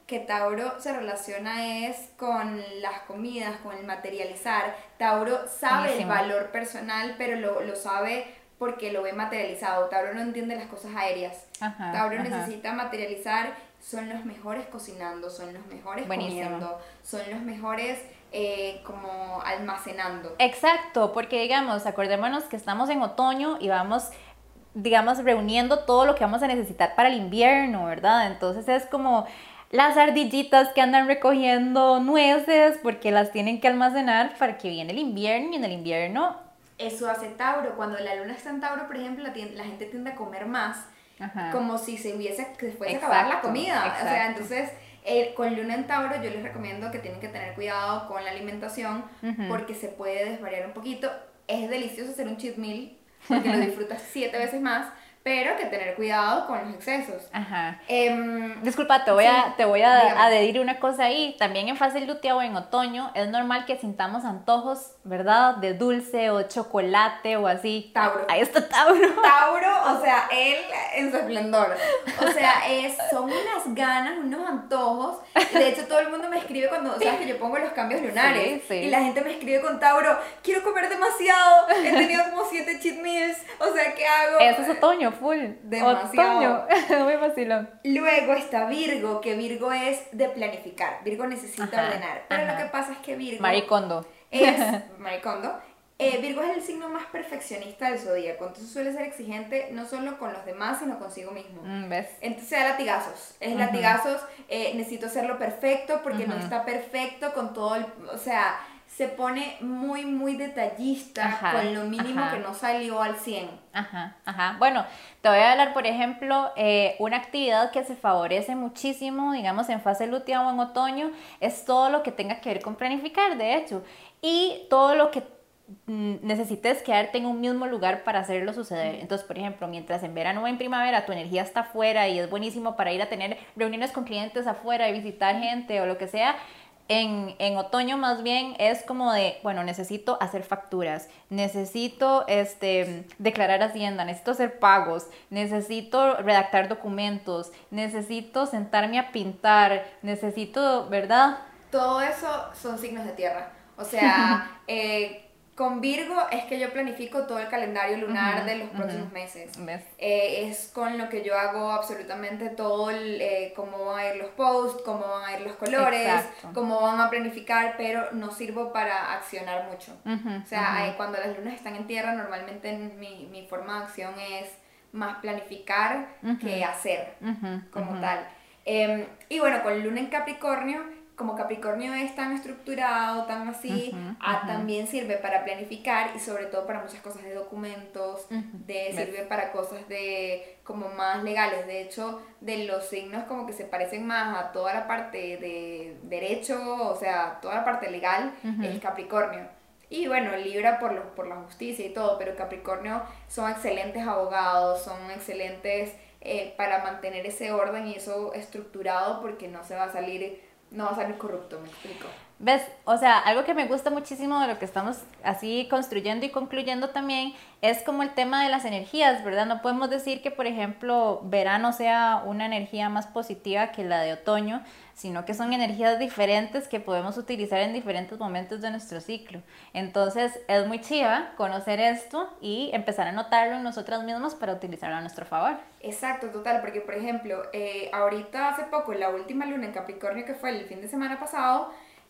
que Tauro se relaciona es con las comidas, con el materializar. Tauro sabe Buenísimo. el valor personal, pero lo, lo sabe porque lo ve materializado. Tauro no entiende las cosas aéreas. Ajá, Tauro ajá. necesita materializar, son los mejores cocinando, son los mejores Buenísimo. comiendo, son los mejores eh, como almacenando. Exacto, porque digamos, acordémonos que estamos en otoño y vamos, digamos, reuniendo todo lo que vamos a necesitar para el invierno, ¿verdad? Entonces es como las ardillitas que andan recogiendo nueces porque las tienen que almacenar para que viene el invierno y en el invierno... Eso hace Tauro. Cuando la luna está en Tauro, por ejemplo, la, tien- la gente tiende a comer más, Ajá. como si se hubiese, que se fuese a Exacto, acabar la comida. O sea, exacto. entonces, eh, con luna en Tauro, yo les recomiendo que tienen que tener cuidado con la alimentación, Ujú. porque se puede desvariar un poquito. Es delicioso hacer un cheat meal, porque lo disfrutas siete veces más, pero que tener cuidado con los excesos. Ajá. Em, Disculpa, te voy, sí, a, te voy a, dígame. a decir una cosa ahí. También en fase lútea o en otoño es normal que sintamos antojos, ¿verdad? De dulce o chocolate o así. Tauro. Ahí está Tauro. Tauro, o sea, él en su esplendor. O sea, es, son unas ganas, unos antojos. Y de hecho, todo el mundo me escribe cuando, sabes que yo pongo los cambios lunares. Sí, sí. Y la gente me escribe con Tauro, quiero comer demasiado. He tenido como siete cheat meals. O sea, ¿qué hago? Eso es otoño, full. Demasiado. Otoño. Muy vacilón. Luego está Virgo, que Virgo es de planificar. Virgo necesita Ajá, ordenar. Pero ajá. lo que pasa es que Virgo Maricondo. es maricondo. Eh, Virgo es el signo más perfeccionista del zodíaco, entonces suele ser exigente no solo con los demás, sino consigo mismo. Mm, ¿Ves? Entonces da latigazos, es Ujú. latigazos, eh, necesito hacerlo perfecto porque no Ujú. está perfecto con todo el, o sea, se pone muy muy detallista Ajá, con lo mínimo ajá. que no salió al cien. Ajá, ajá. Bueno, te voy a hablar, por ejemplo, eh, una actividad que se favorece muchísimo, digamos, en fase lútea o en otoño, es todo lo que tenga que ver con planificar, de hecho, y todo lo que mm, necesites quedarte en un mismo lugar para hacerlo suceder. Entonces, por ejemplo, mientras en verano o en primavera tu energía está afuera y es buenísimo para ir a tener reuniones con clientes afuera y visitar gente o lo que sea, En, en otoño más bien es como de, bueno, necesito hacer facturas, necesito este, declarar hacienda, necesito hacer pagos, necesito redactar documentos, necesito sentarme a pintar, necesito, ¿verdad? Todo eso son signos de tierra, o sea, eh, con Virgo es que yo planifico todo el calendario lunar Ujú, de los próximos ujú. meses. ¿Ves? Eh, es con lo que yo hago absolutamente todo, el, eh, cómo van a ir los posts, cómo van a ir los colores, Exacto. cómo van a planificar, pero no sirvo para accionar mucho. Ujú, O sea, ujú. eh, cuando las lunas están en tierra, normalmente mi, mi forma de acción es más planificar Ujú. que hacer Ujú, como ujú. tal. Eh, y bueno, con luna en Capricornio, como Capricornio es tan estructurado, tan así, Ujú, ah, ujú. también sirve para planificar y sobre todo para muchas cosas de documentos, Ujú. de, ¿Ves? sirve para cosas de como más legales. De hecho, de los signos como que se parecen más a toda la parte de derecho, o sea, toda la parte legal, Ujú. es Capricornio. Y bueno, Libra por, lo, por la justicia y todo, pero Capricornio son excelentes abogados, son excelentes eh, para mantener ese orden y eso estructurado porque no se va a salir, no va a salir corrupto, me explico. ¿Ves? O sea, algo que me gusta muchísimo de lo que estamos así construyendo y concluyendo también es como el tema de las energías, ¿verdad? No podemos decir que, por ejemplo, verano sea una energía más positiva que la de otoño, sino que son energías diferentes que podemos utilizar en diferentes momentos de nuestro ciclo. Entonces, es muy chiva conocer esto y empezar a notarlo en nosotras mismas para utilizarlo a nuestro favor. Exacto, total, porque por ejemplo, eh, ahorita hace poco, la última luna en Capricornio que fue el fin de semana pasado,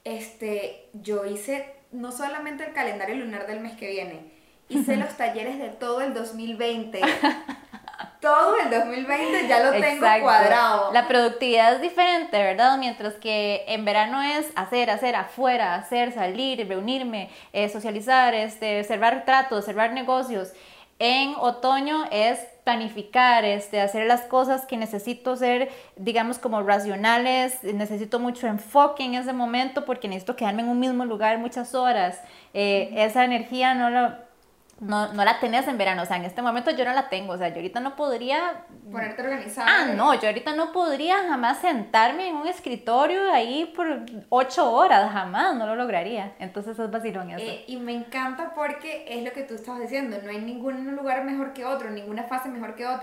este, yo hice no solamente el calendario lunar del mes que viene, hice los talleres de todo el dos mil veinte. Todo el dos mil veinte ya lo tengo Exacto. cuadrado. La productividad es diferente, ¿verdad? Mientras que en verano es hacer, hacer afuera, hacer, salir, reunirme, eh, socializar, este, cerrar tratos, cerrar negocios. En otoño es planificar, este, hacer las cosas que necesito ser, digamos, como racionales, necesito mucho enfoque en ese momento porque necesito quedarme en un mismo lugar muchas horas. Eh, uh-huh. Esa energía no la, no, no la tenés en verano, o sea, en este momento yo no la tengo, o sea, yo ahorita no podría... Ponerte organizada. Ah, no, yo ahorita no podría jamás sentarme en un escritorio ahí por ocho horas, jamás, no lo lograría. Entonces es vacilón eso. Eh, y me encanta porque es lo que tú estabas diciendo, no hay ningún lugar mejor que otro, ninguna fase mejor que otra.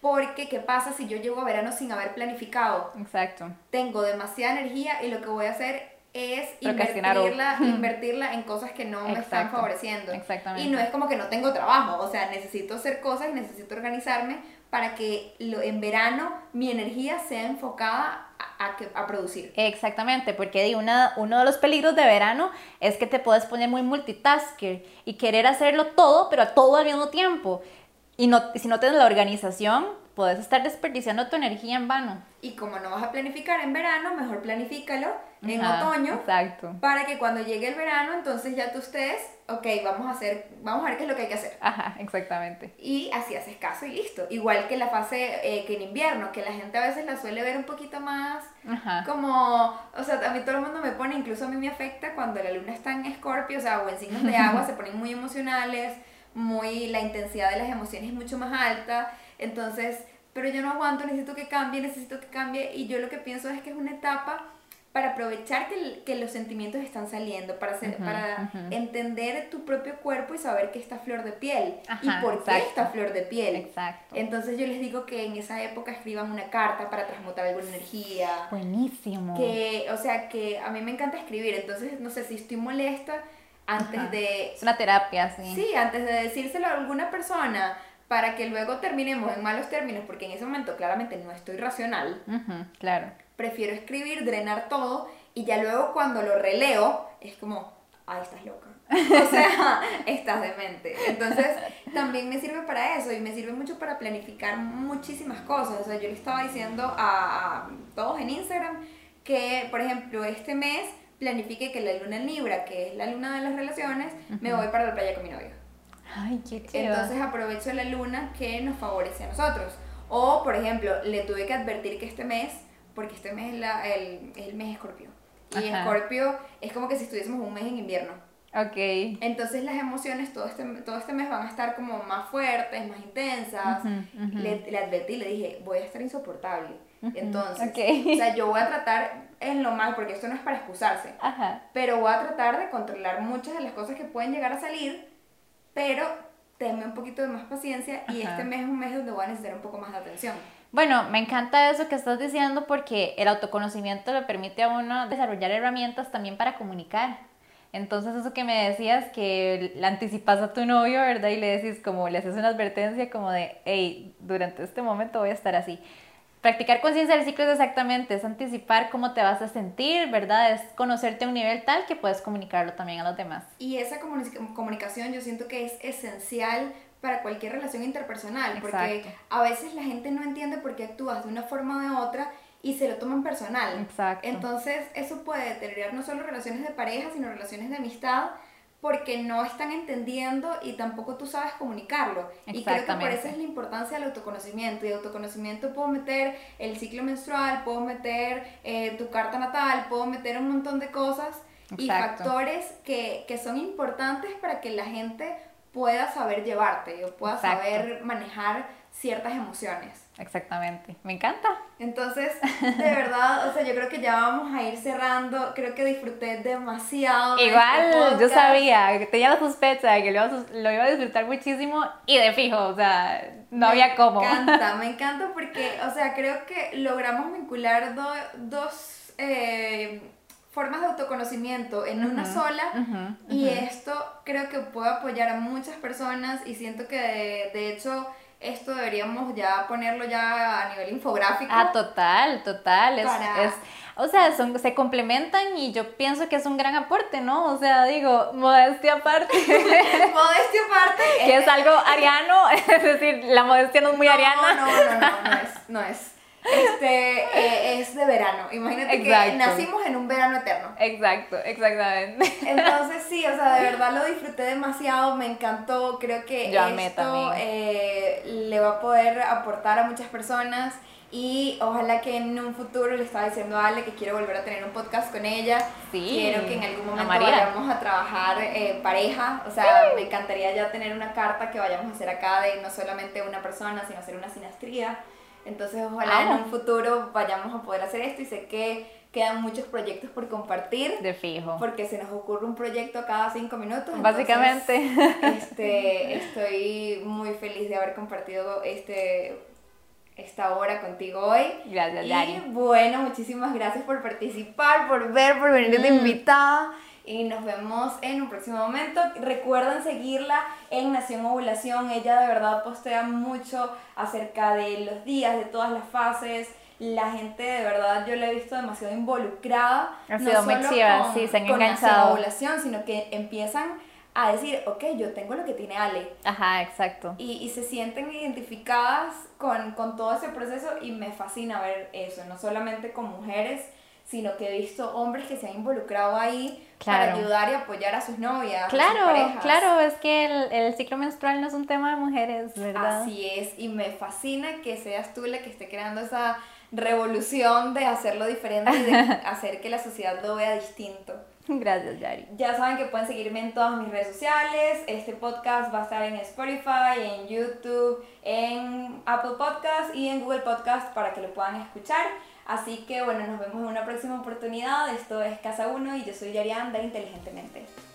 porque ¿qué pasa si yo llego a verano sin haber planificado? Exacto. Tengo demasiada energía y lo que voy a hacer es Procrastinar. invertirla, invertirla en cosas que no me están Exacto. favoreciendo. Exactamente. Y no es como que no tengo trabajo, o sea, necesito hacer cosas y necesito organizarme para que lo, en verano mi energía sea enfocada a, a, que, a producir. Exactamente, porque di, una, uno de los peligros de verano es que te puedes poner muy multitasker y querer hacerlo todo, pero todo al mismo tiempo. Y no, si no tienes la organización, puedes estar desperdiciando tu energía en vano. Y como no vas a planificar en verano, mejor planifícalo en Ajá, otoño. Exacto. Para que cuando llegue el verano, entonces ya tú estés, ok, vamos a hacer, vamos a ver qué es lo que hay que hacer. Ajá, exactamente. Y así haces caso y listo. Igual que la fase eh, que en invierno, que la gente a veces la suele ver un poquito más Ajá. como, o sea, a mí todo el mundo me pone, incluso a mí me afecta cuando la luna está en Escorpio, o sea, o en signos de agua, se ponen muy emocionales, muy, la intensidad de las emociones es mucho más alta, entonces, pero yo no aguanto, necesito que cambie, necesito que cambie, y yo lo que pienso es que es una etapa para aprovechar que, el, que los sentimientos están saliendo, para, ser, uh-huh, para uh-huh. entender tu propio cuerpo y saber que está flor de piel. Ajá, y por exacto. qué está flor de piel. Exacto. Entonces yo les digo que en esa época escriban una carta para transmutar alguna energía. Buenísimo. Que, o sea, que a mí me encanta escribir, entonces, no sé, si estoy molesta, antes Ajá. de... Es una terapia, sí. Sí, antes de decírselo a alguna persona, para que luego terminemos en malos términos, porque en ese momento claramente no estoy racional. Uh-huh, claro. Prefiero escribir, drenar todo, y ya luego cuando lo releo, es como, ay, estás loca. O sea, estás demente. Entonces, también me sirve para eso, y me sirve mucho para planificar muchísimas cosas. O sea, yo le estaba diciendo a, a todos en Instagram que, por ejemplo, este mes planifique que la luna en Libra, que es la luna de las relaciones, uh-huh. me voy para la playa con mi novio. Ay, qué chido. Entonces aprovecho la luna que nos favorece a nosotros. O, por ejemplo, le tuve que advertir que este mes, porque este mes es, la, el, es el mes Escorpio. Y Escorpio es como que si estuviésemos un mes en invierno. Ok. Entonces las emociones todo este, todo este mes van a estar como más fuertes, más intensas. Uh-huh, uh-huh. Le, le advertí, le dije, voy a estar insoportable. Uh-huh. Entonces, okay. o sea, yo voy a tratar en lo más, porque esto no es para excusarse, Ajá. pero voy a tratar de controlar muchas de las cosas que pueden llegar a salir, pero tenme un poquito de más paciencia. Ajá. Y este mes es un mes donde voy a necesitar un poco más de atención. Bueno, me encanta eso que estás diciendo porque el autoconocimiento le permite a uno desarrollar herramientas también para comunicar. Entonces eso que me decías, que le anticipas a tu novio, ¿verdad? Y le decís como, le haces una advertencia como de, hey, durante este momento voy a estar así. Practicar conciencia del ciclo es exactamente, es anticipar cómo te vas a sentir, ¿verdad? Es conocerte a un nivel tal que puedes comunicarlo también a los demás. Y esa comunic- comunicación yo siento que es esencial para cualquier relación interpersonal, Exacto. porque a veces la gente no entiende por qué actúas de una forma o de otra y se lo toman personal. Exacto. Entonces eso puede deteriorar no solo relaciones de pareja, sino relaciones de amistad, porque no están entendiendo y tampoco tú sabes comunicarlo. Y creo que por eso es la importancia del autoconocimiento. Y autoconocimiento puedo meter el ciclo menstrual, puedo meter eh, tu carta natal, puedo meter un montón de cosas. Exacto. Y factores que, que son importantes para que la gente pueda saber llevarte o pueda Exacto. saber manejar ciertas emociones. Exactamente, me encanta. Entonces, de verdad, o sea, yo creo que ya vamos a ir cerrando. Creo que disfruté demasiado. Igual, este yo sabía, tenía la sospecha de que lo iba, a, lo iba a disfrutar muchísimo y de fijo, o sea, no me había cómo. Me encanta, me encanta porque, o sea, creo que logramos vincular do, dos eh, formas de autoconocimiento en uh-huh, una sola uh-huh, uh-huh. y esto creo que puede apoyar a muchas personas y siento que de, de hecho esto deberíamos ya ponerlo ya a nivel infográfico. Ah, total, total. Es, para... es, o sea, son, se complementan y yo pienso que es un gran aporte, ¿no? O sea, digo, modestia aparte. Modestia aparte. Que es algo ariano, es decir, la modestia no es muy no, ariana. No, no, no, no es, no es. Este, eh, es de verano. Imagínate Exacto. que nacimos en un verano eterno. Exacto, exactamente. Entonces sí, o sea, de verdad lo disfruté demasiado, me encantó. Creo que Yo esto eh, le va a poder aportar a muchas personas. Y ojalá que en un futuro, le estaba diciendo a Ale que quiero volver a tener un podcast con ella. Sí, quiero que en algún momento vayamos a trabajar eh, pareja. O sea, sí. me encantaría ya tener una carta que vayamos a hacer acá de no solamente una persona, sino hacer una sinastría. Entonces ojalá Vamos. en un futuro vayamos a poder hacer esto y sé que quedan muchos proyectos por compartir. De fijo. Porque se nos ocurre un proyecto cada cinco minutos. Básicamente. Este, estoy muy feliz de haber compartido este esta hora contigo hoy. Gracias, y Yari. bueno, muchísimas gracias por participar, por ver, por venir de Mm. invitada. Y nos vemos en un próximo momento. Recuerden seguirla en Nación Ovulación. Ella de verdad postea mucho acerca de los días, de todas las fases. La gente de verdad yo la he visto demasiado involucrada. Ha sido muy chiva, sí, se han con enganchado. Nación Ovulación, sino que empiezan a decir, ok, yo tengo lo que tiene Ale. Ajá, exacto. Y, y se sienten identificadas con, con todo ese proceso y me fascina ver eso, no solamente con mujeres, sino que he visto hombres que se han involucrado ahí Claro. para ayudar y apoyar a sus novias, a sus Claro, parejas. claro, es que el, el ciclo menstrual no es un tema de mujeres, ¿verdad? Así es, y me fascina que seas tú la que esté creando esa revolución de hacerlo diferente y de hacer que la sociedad lo vea distinto. Gracias, Yari. Ya saben que pueden seguirme en todas mis redes sociales. Este podcast va a estar en Spotify, en YouTube, en Apple Podcast y en Google Podcast para que lo puedan escuchar. Así que bueno, nos vemos en una próxima oportunidad. Esto es Casa uno y yo soy Yarianda Inteligentemente.